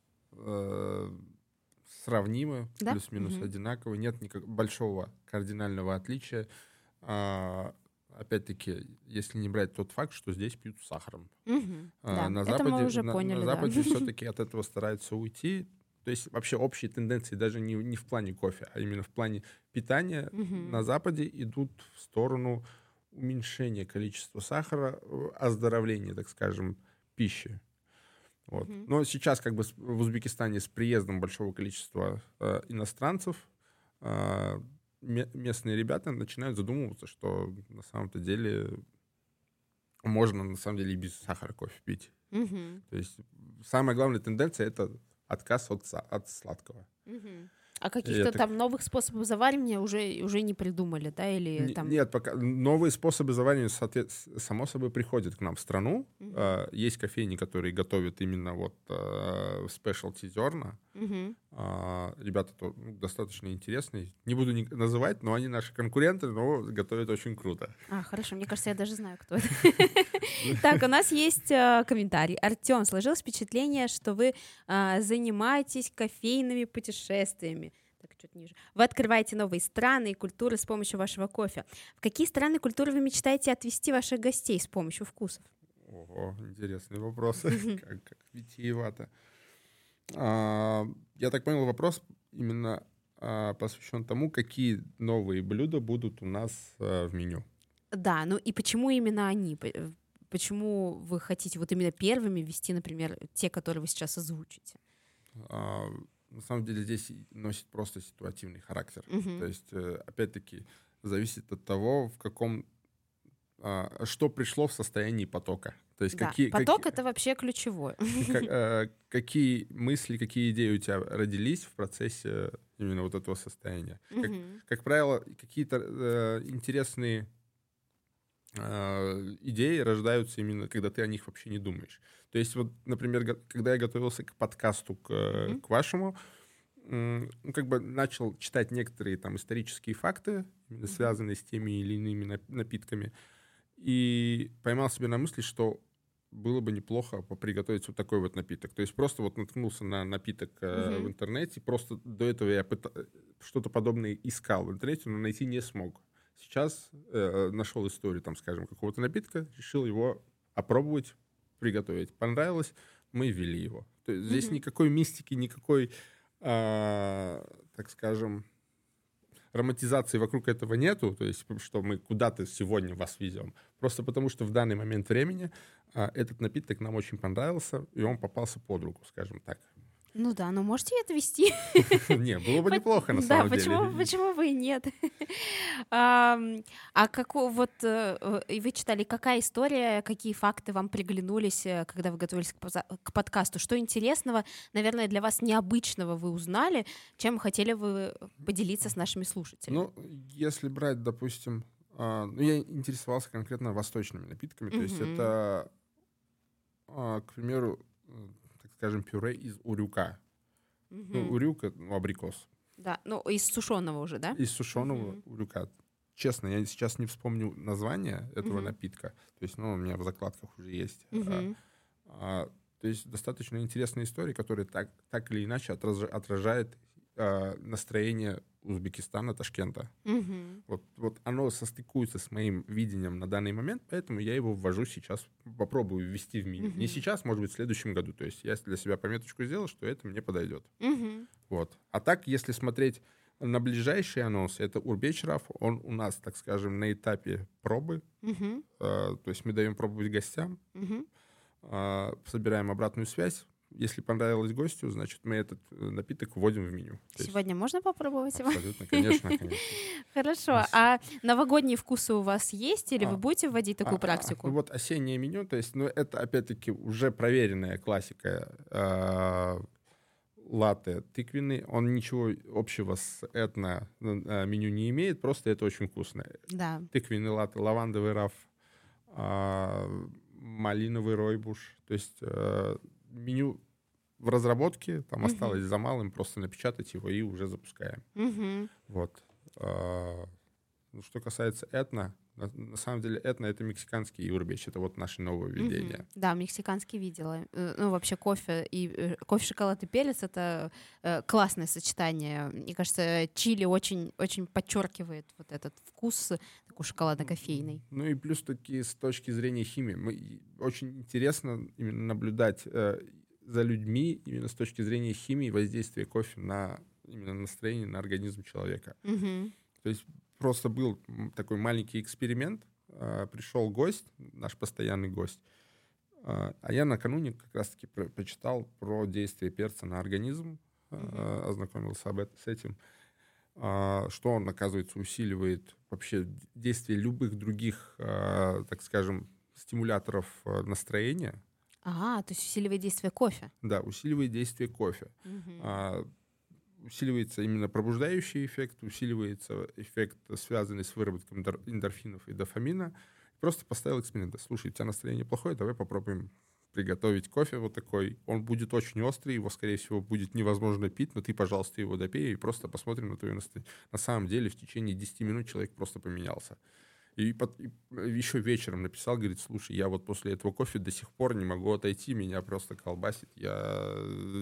э, сравнимы, Да? плюс-минус Мгм. одинаковы, нет никак большого кардинального отличия. А, опять-таки, если не брать тот факт, что здесь пьют с сахаром. Мгм. А, Да, на это мы Западе, уже на, на поняли, да. Западе все-таки от этого стараются уйти. То есть вообще общие тенденции даже не, не в плане кофе, а именно в плане питания на Мгм. Западе идут в сторону уменьшения количества сахара, э, оздоровления, так скажем, пищи. Вот. Мгм. Но сейчас как бы с- в Узбекистане с приездом большого количества э, иностранцев э, ме- местные ребята начинают задумываться, что на самом-то деле можно на самом деле и без сахара кофе пить. Мгм. То есть самая главная тенденция — это отказ от, са- от сладкого. Мгм. А И я каких-то так- там новых способов заваривания уже, уже не придумали, да, или Не- там... Нет, пока новые способы заваривания, соответ- с- само собой, приходят к нам в страну. Мгм. А, Есть кофейни, которые готовят именно вот спешлти зерна. Мгм. А, Ребята то, ну, достаточно интересные. Не буду ни- называть, но они наши конкуренты, но готовят очень круто. А, хорошо, мне кажется, я даже знаю, кто это. Так, у нас есть э, комментарий. Артем, сложилось впечатление, что вы а, занимаетесь кофейными путешествиями. Так, чуть ниже. Вы открываете новые страны и культуры с помощью вашего кофе. В какие страны и культуры вы мечтаете отвезти ваших гостей с помощью вкусов? Ого, интересные вопросы. Как, как витиевато. А, Я так понял, вопрос именно а, посвящен тому, какие новые блюда будут у нас а, в меню. Да, ну и почему именно они? П- э, Почему вы хотите вот именно первыми ввести, например, те, которые вы сейчас озвучите? А, На самом деле здесь и носит просто ситуативный характер. Мгм. То есть, э, опять-таки, зависит от того, в каком, а, что пришло в состоянии потока. То есть Да, какие, поток какие, это вообще ключевое. как- э, какие мысли, какие идеи у тебя родились в процессе именно вот этого состояния. Как, Мгм. как правило, какие-то э, интересные э, идеи рождаются именно, когда ты о них вообще не думаешь. То есть вот, например, го- когда я готовился к подкасту, к, э, Мгм. к вашему, м, ну, как бы начал читать некоторые там исторические факты, именно Мгм. связанные с теми или иными нап- напитками, и поймал себя на мысли, что было бы неплохо приготовить вот такой вот напиток. То есть просто вот наткнулся на напиток э, в Мгм. интернете. Просто до этого я пыта- что-то подобное искал в интернете, но найти не смог. Сейчас э, нашел историю, там, скажем, какого-то напитка, решил его опробовать, приготовить. Понравилось, мы ввели его. То есть здесь Мгм. никакой мистики, никакой, а, так скажем, романтизации вокруг этого нету, то есть что мы куда-то сегодня вас везем. Просто потому, что в данный момент времени а, этот напиток нам очень понравился, и он попался под руку, скажем так. Ну да, но можете это вести? Не, было бы неплохо на Да, самом почему, деле. почему бы и нет? Ам, А какого вот э, э, и вы читали, какая история, какие факты вам приглянулись, э, когда вы готовились к поза- к подкасту? Что интересного, наверное, для вас необычного вы узнали, чем хотели вы поделиться с нашими слушателями? Ну, если брать, допустим, а, ну, я интересовался конкретно восточными напитками, то есть Мгм. это, а, к примеру, э, так скажем, пюре из урюка. Ну, Мгм. урюк — это, ну, абрикос. Да, ну из сушеного уже, да? Из сушеного Мгм. урюка. Честно, я сейчас не вспомню название этого Мгм. напитка. То есть, ну, у меня в закладках уже есть. А, Мгм. а, то есть достаточно интересная история, которая так, так или иначе отража- отражает а, настроение Узбекистана, Ташкента. Мгм. Вот, вот оно состыкуется с моим видением на данный момент, поэтому я его ввожу сейчас, попробую ввести в меню. Не Мгм. сейчас, может быть, в следующем году. То есть я для себя пометочку сделал, что это мне подойдет. Мгм. Вот. А так, если смотреть на ближайшие анонсы, это Урбечраф, он у нас, так скажем, на этапе пробы. Мгм. Э, то есть мы даем пробовать гостям, Мгм. э, собираем обратную связь. Если понравилось гостю, значит, мы этот э, напиток вводим в меню. То есть Сегодня можно попробовать его? абсолютно, конечно, конечно. Хорошо. Ос- А новогодние вкусы у вас есть, или вы а, будете вводить а, такую а, практику? Ну вот осеннее меню, то есть, ну это опять-таки уже проверенная классика. э, Латте тыквенный, он ничего общего с этно э, меню не имеет, просто это очень вкусно. Да. Тыквенный латте, лавандовый раф, а, малиновый ройбуш. То есть э, меню в разработке, там Мгм. осталось за малым, просто напечатать его и уже запускаем. Мгм. Вот. А, Что касается этно, на, на самом деле этно — это мексиканский юрбич, это вот наше новое введение. Mm-hmm. Да, мексиканский видела. Ну, вообще кофе и кофе, шоколад и перец — это э, классное сочетание. Мне кажется, чили очень, очень подчеркивает вот этот вкус такой шоколадно-кофейный. Ну и плюс таки с точки зрения химии. Мы, очень интересно именно наблюдать э, за людьми именно с точки зрения химии воздействия кофе на именно настроение, на организм человека. Mm-hmm. То есть просто был такой маленький эксперимент. Пришел гость, наш постоянный гость, а я накануне как раз-таки про- прочитал про действие перца на организм, mm-hmm. ознакомился об этом, с этим, что он, оказывается, усиливает вообще действие любых других, так скажем, стимуляторов настроения. Ага, то есть усиливает действие кофе. Да, усиливает действие кофе. Mm-hmm. Усиливается именно пробуждающий эффект, усиливается эффект, связанный с выработкой эндорфинов и дофамина. Просто поставил эксперимент. Слушай, у тебя настроение плохое, давай попробуем приготовить кофе вот такой. Он будет очень острый, его, скорее всего, будет невозможно пить, но ты, пожалуйста, его допей и просто посмотрим на твое настроение. На самом деле в течение десяти минут человек просто поменялся. И, под, и еще вечером написал, говорит, слушай, я вот после этого кофе до сих пор не могу отойти, меня просто колбасит. Я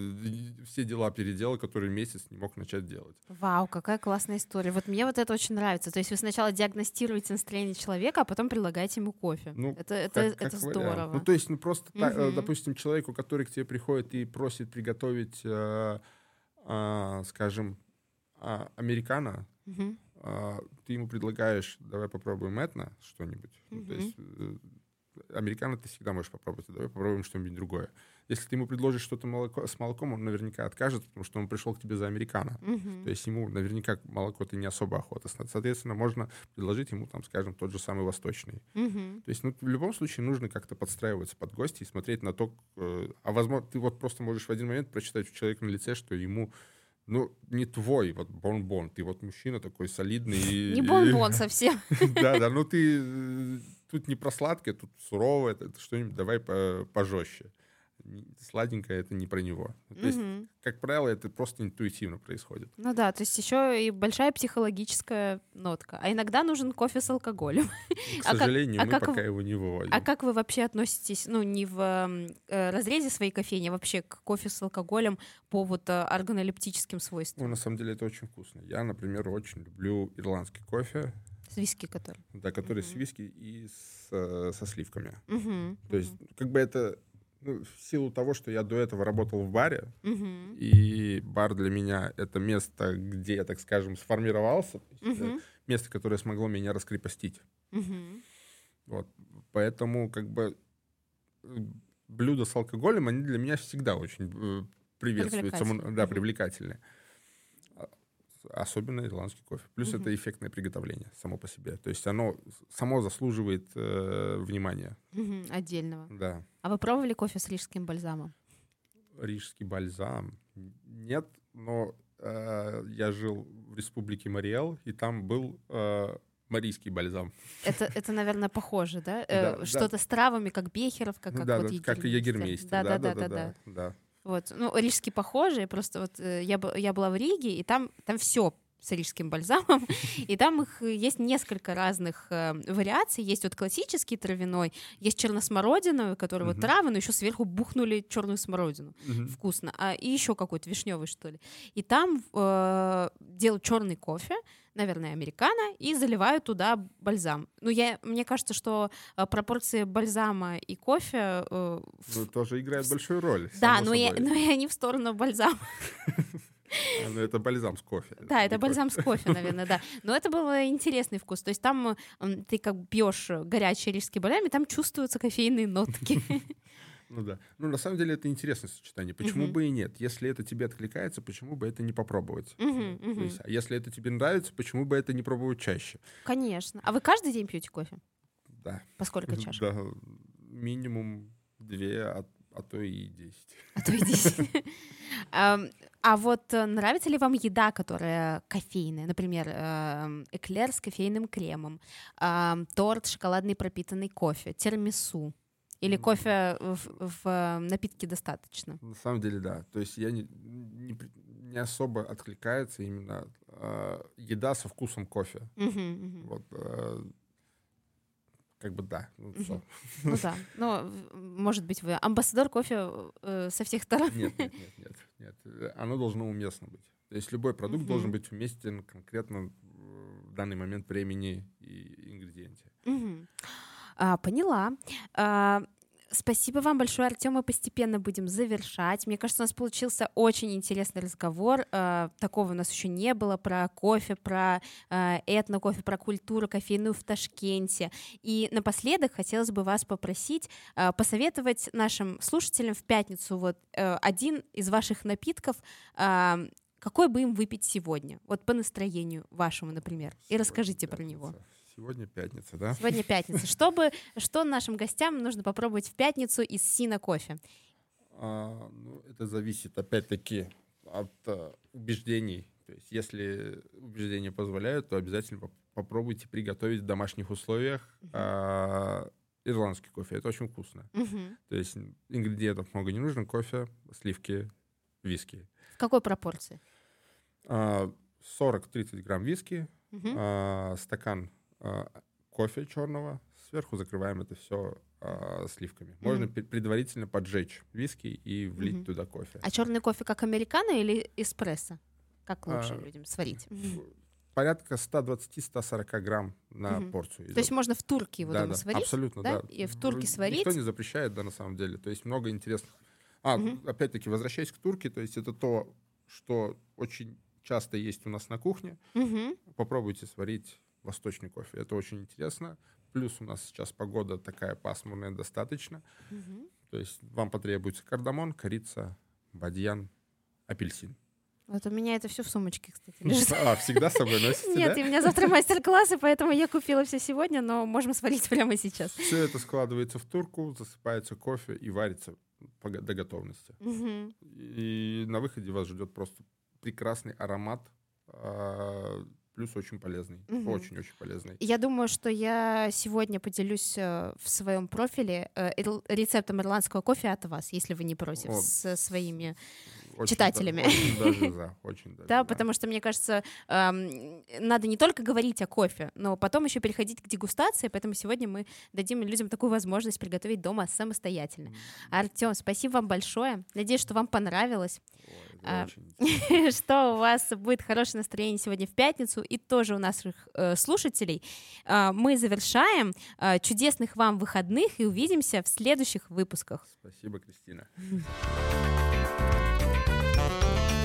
все дела переделал, которые месяц не мог начать делать. Вау, какая классная история. Вот мне вот это очень нравится. То есть вы сначала диагностируете настроение человека, а потом предлагаете ему кофе. Ну, это это, как, как это вариант. здорово. Ну, то есть, ну, просто, угу. так, допустим, человеку, который к тебе приходит и просит приготовить, э, э, скажем, э, американо, угу. ты ему предлагаешь, давай попробуем этно что-нибудь. Mm-hmm. Ну, то есть э, американо ты всегда можешь попробовать, давай попробуем что-нибудь другое. Если ты ему предложишь что-то молоко, с молоком, он наверняка откажет, потому что он пришел к тебе за американо. Mm-hmm. То есть ему наверняка молоко-то не особо охота. Соответственно, можно предложить ему, там, скажем, тот же самый восточный. Mm-hmm. То есть ну, в любом случае нужно как-то подстраиваться под гостя и смотреть на то, э, а возможно, ты вот просто можешь в один момент прочитать у человека на лице, что ему ну, не твой вот бон-бон. Ты вот мужчина такой солидный. Не бон-бон совсем. Да, да, ну ты тут не про сладкое, тут суровое, это что-нибудь давай пожестче. Сладенькое — это не про него. То есть, как правило, это просто интуитивно происходит. Ну да, то есть еще и большая психологическая нотка. А иногда нужен кофе с алкоголем. К сожалению, мы пока его не выводим. А как вы вообще относитесь, ну, не в разрезе своей кофейни, а вообще к кофе с алкоголем по вот органолептическим свойствам? Ну, на самом деле это очень вкусно. Я, например, очень люблю ирландский кофе. С виски который? Да, который uh-huh. с виски и с, со сливками. Uh-huh. То есть, uh-huh. как бы это... Ну, в силу того, что я до этого работал в баре, uh-huh. и бар для меня — это место, где я, так скажем, сформировался, uh-huh. место, которое смогло меня раскрепостить. Uh-huh. Вот. Поэтому как бы блюда с алкоголем, они для меня всегда очень приветствуются, да, uh-huh. привлекательны. Особенно ирландский кофе. Плюс uh-huh. это эффектное приготовление само по себе. То есть оно само заслуживает э, внимания. Uh-huh. Отдельного. Да. А вы пробовали кофе с рижским бальзамом? Рижский бальзам? Нет, но э, я жил в республике Мариэл, и там был э, марийский бальзам. Это, это, наверное, похоже, да? да э, что-то да. с травами, как бехеровка, как да, вот да, как егермейстер. Да, да, да, да, да, да, да, да. Вот, ну, рижские похожие, просто вот э, я, я была в Риге, и там, там все с рижским бальзамом, и там их есть несколько разных э, вариаций. Есть вот классический травяной, есть черносмородиновый, который uh-huh. вот травы, но еще сверху бухнули черную смородину. Uh-huh. Вкусно. А, и еще какой-то вишневый, что ли. И там э, делают черный кофе, наверное, американо, и заливают туда бальзам. Ну, я, мне кажется, что э, пропорции бальзама и кофе... Э, ну, тоже играют большую роль. Да, но я, но я не в сторону бальзама. А, ну это бальзам с кофе. Да, это бальзам с кофе, наверное, да. Но это был интересный вкус. То есть там ты как пьешь горячий рижский бальзам, и там чувствуются кофейные нотки. Ну да. Ну, на самом деле, это интересное сочетание. Почему uh-huh. бы и нет? Если это тебе откликается, почему бы это не попробовать? Uh-huh, uh-huh. То есть, а если это тебе нравится, почему бы это не пробовать чаще? Конечно. А вы каждый день пьете кофе? Да. По сколько чашек? Да, минимум две, а, а то и десять. А то и десять. А вот нравится ли вам еда, которая кофейная? Например, эклер с кофейным кремом, торт шоколадный пропитанный кофе, тирамису? Или кофе в, в напитке достаточно? На самом деле, да. То есть я не, не, не особо откликается именно э, еда со вкусом кофе. Угу, угу. Вот, э, как бы да. Ну, угу. Ну да. Ну, может быть, вы амбассадор кофе э, со всех сторон? Нет, нет, нет, нет, нет. Оно должно уместно быть. То есть любой продукт угу. должен быть уместен конкретно в данный момент времени и ингредиенте. Угу. А, поняла. А, спасибо вам большое, Артём. Мы постепенно будем завершать. Мне кажется, у нас получился очень интересный разговор. А, такого у нас еще не было про кофе, про а, этнокофе, про культуру кофейную в Ташкенте. И напоследок хотелось бы вас попросить а, посоветовать нашим слушателям в пятницу вот а, один из ваших напитков, а, какой бы им выпить сегодня, вот по настроению вашему, например, и расскажите про него. Сегодня пятница, да? Сегодня пятница. Чтобы, что нашим гостям нужно попробовать в пятницу из Сина кофе? А, ну, это зависит, опять-таки, от а, убеждений. То есть, если убеждения позволяют, то обязательно поп- попробуйте приготовить в домашних условиях uh-huh. а, ирландский кофе. Это очень вкусно. Uh-huh. То есть, ингредиентов много не нужно. Кофе, сливки, виски. В какой пропорции? А, сорок-тридцать грамм виски, uh-huh. а, стакан кофе черного, сверху закрываем это все а, сливками. Можно mm-hmm. предварительно поджечь виски и влить mm-hmm. туда кофе. А черный кофе как американо или эспрессо? Как лучше а, людям сварить? Порядка сто двадцать - сто сорок грамм на mm-hmm. порцию. То есть можно в турке его да, дома да, сварить? Абсолютно, да? да. И в турке сварить? Никто не запрещает, да, на самом деле. То есть много интересных... А, mm-hmm. опять-таки, возвращаясь к турке, то есть это то, что очень часто есть у нас на кухне. Mm-hmm. Попробуйте сварить восточный кофе. Это очень интересно. Плюс у нас сейчас погода такая пасмурная достаточно. Угу. То есть вам потребуется кардамон, корица, бадьян, апельсин. Вот у меня это все в сумочке, кстати, лежит. А, всегда с собой носите, Нет, и у меня завтра мастер-классы, поэтому я купила все сегодня, но можем сварить прямо сейчас. Все это складывается в турку, засыпается кофе и варится до готовности. И на выходе вас ждет просто прекрасный аромат, плюс очень полезный, угу. очень-очень полезный. Я думаю, что я сегодня поделюсь э, в своем профиле э, рецептом ирландского кофе от вас, если вы не против, О, со своими очень читателями. Да, очень даже за, очень даже да, за. Потому что, мне кажется, эм, надо не только говорить о кофе, но потом еще переходить к дегустации, поэтому сегодня мы дадим людям такую возможность приготовить дома самостоятельно. Mm. Артём, спасибо вам большое. Надеюсь, что вам понравилось. А, что у вас будет хорошее настроение сегодня в пятницу и тоже у наших э, слушателей. А, мы завершаем. А, чудесных вам выходных и увидимся в следующих выпусках. Спасибо, Кристина.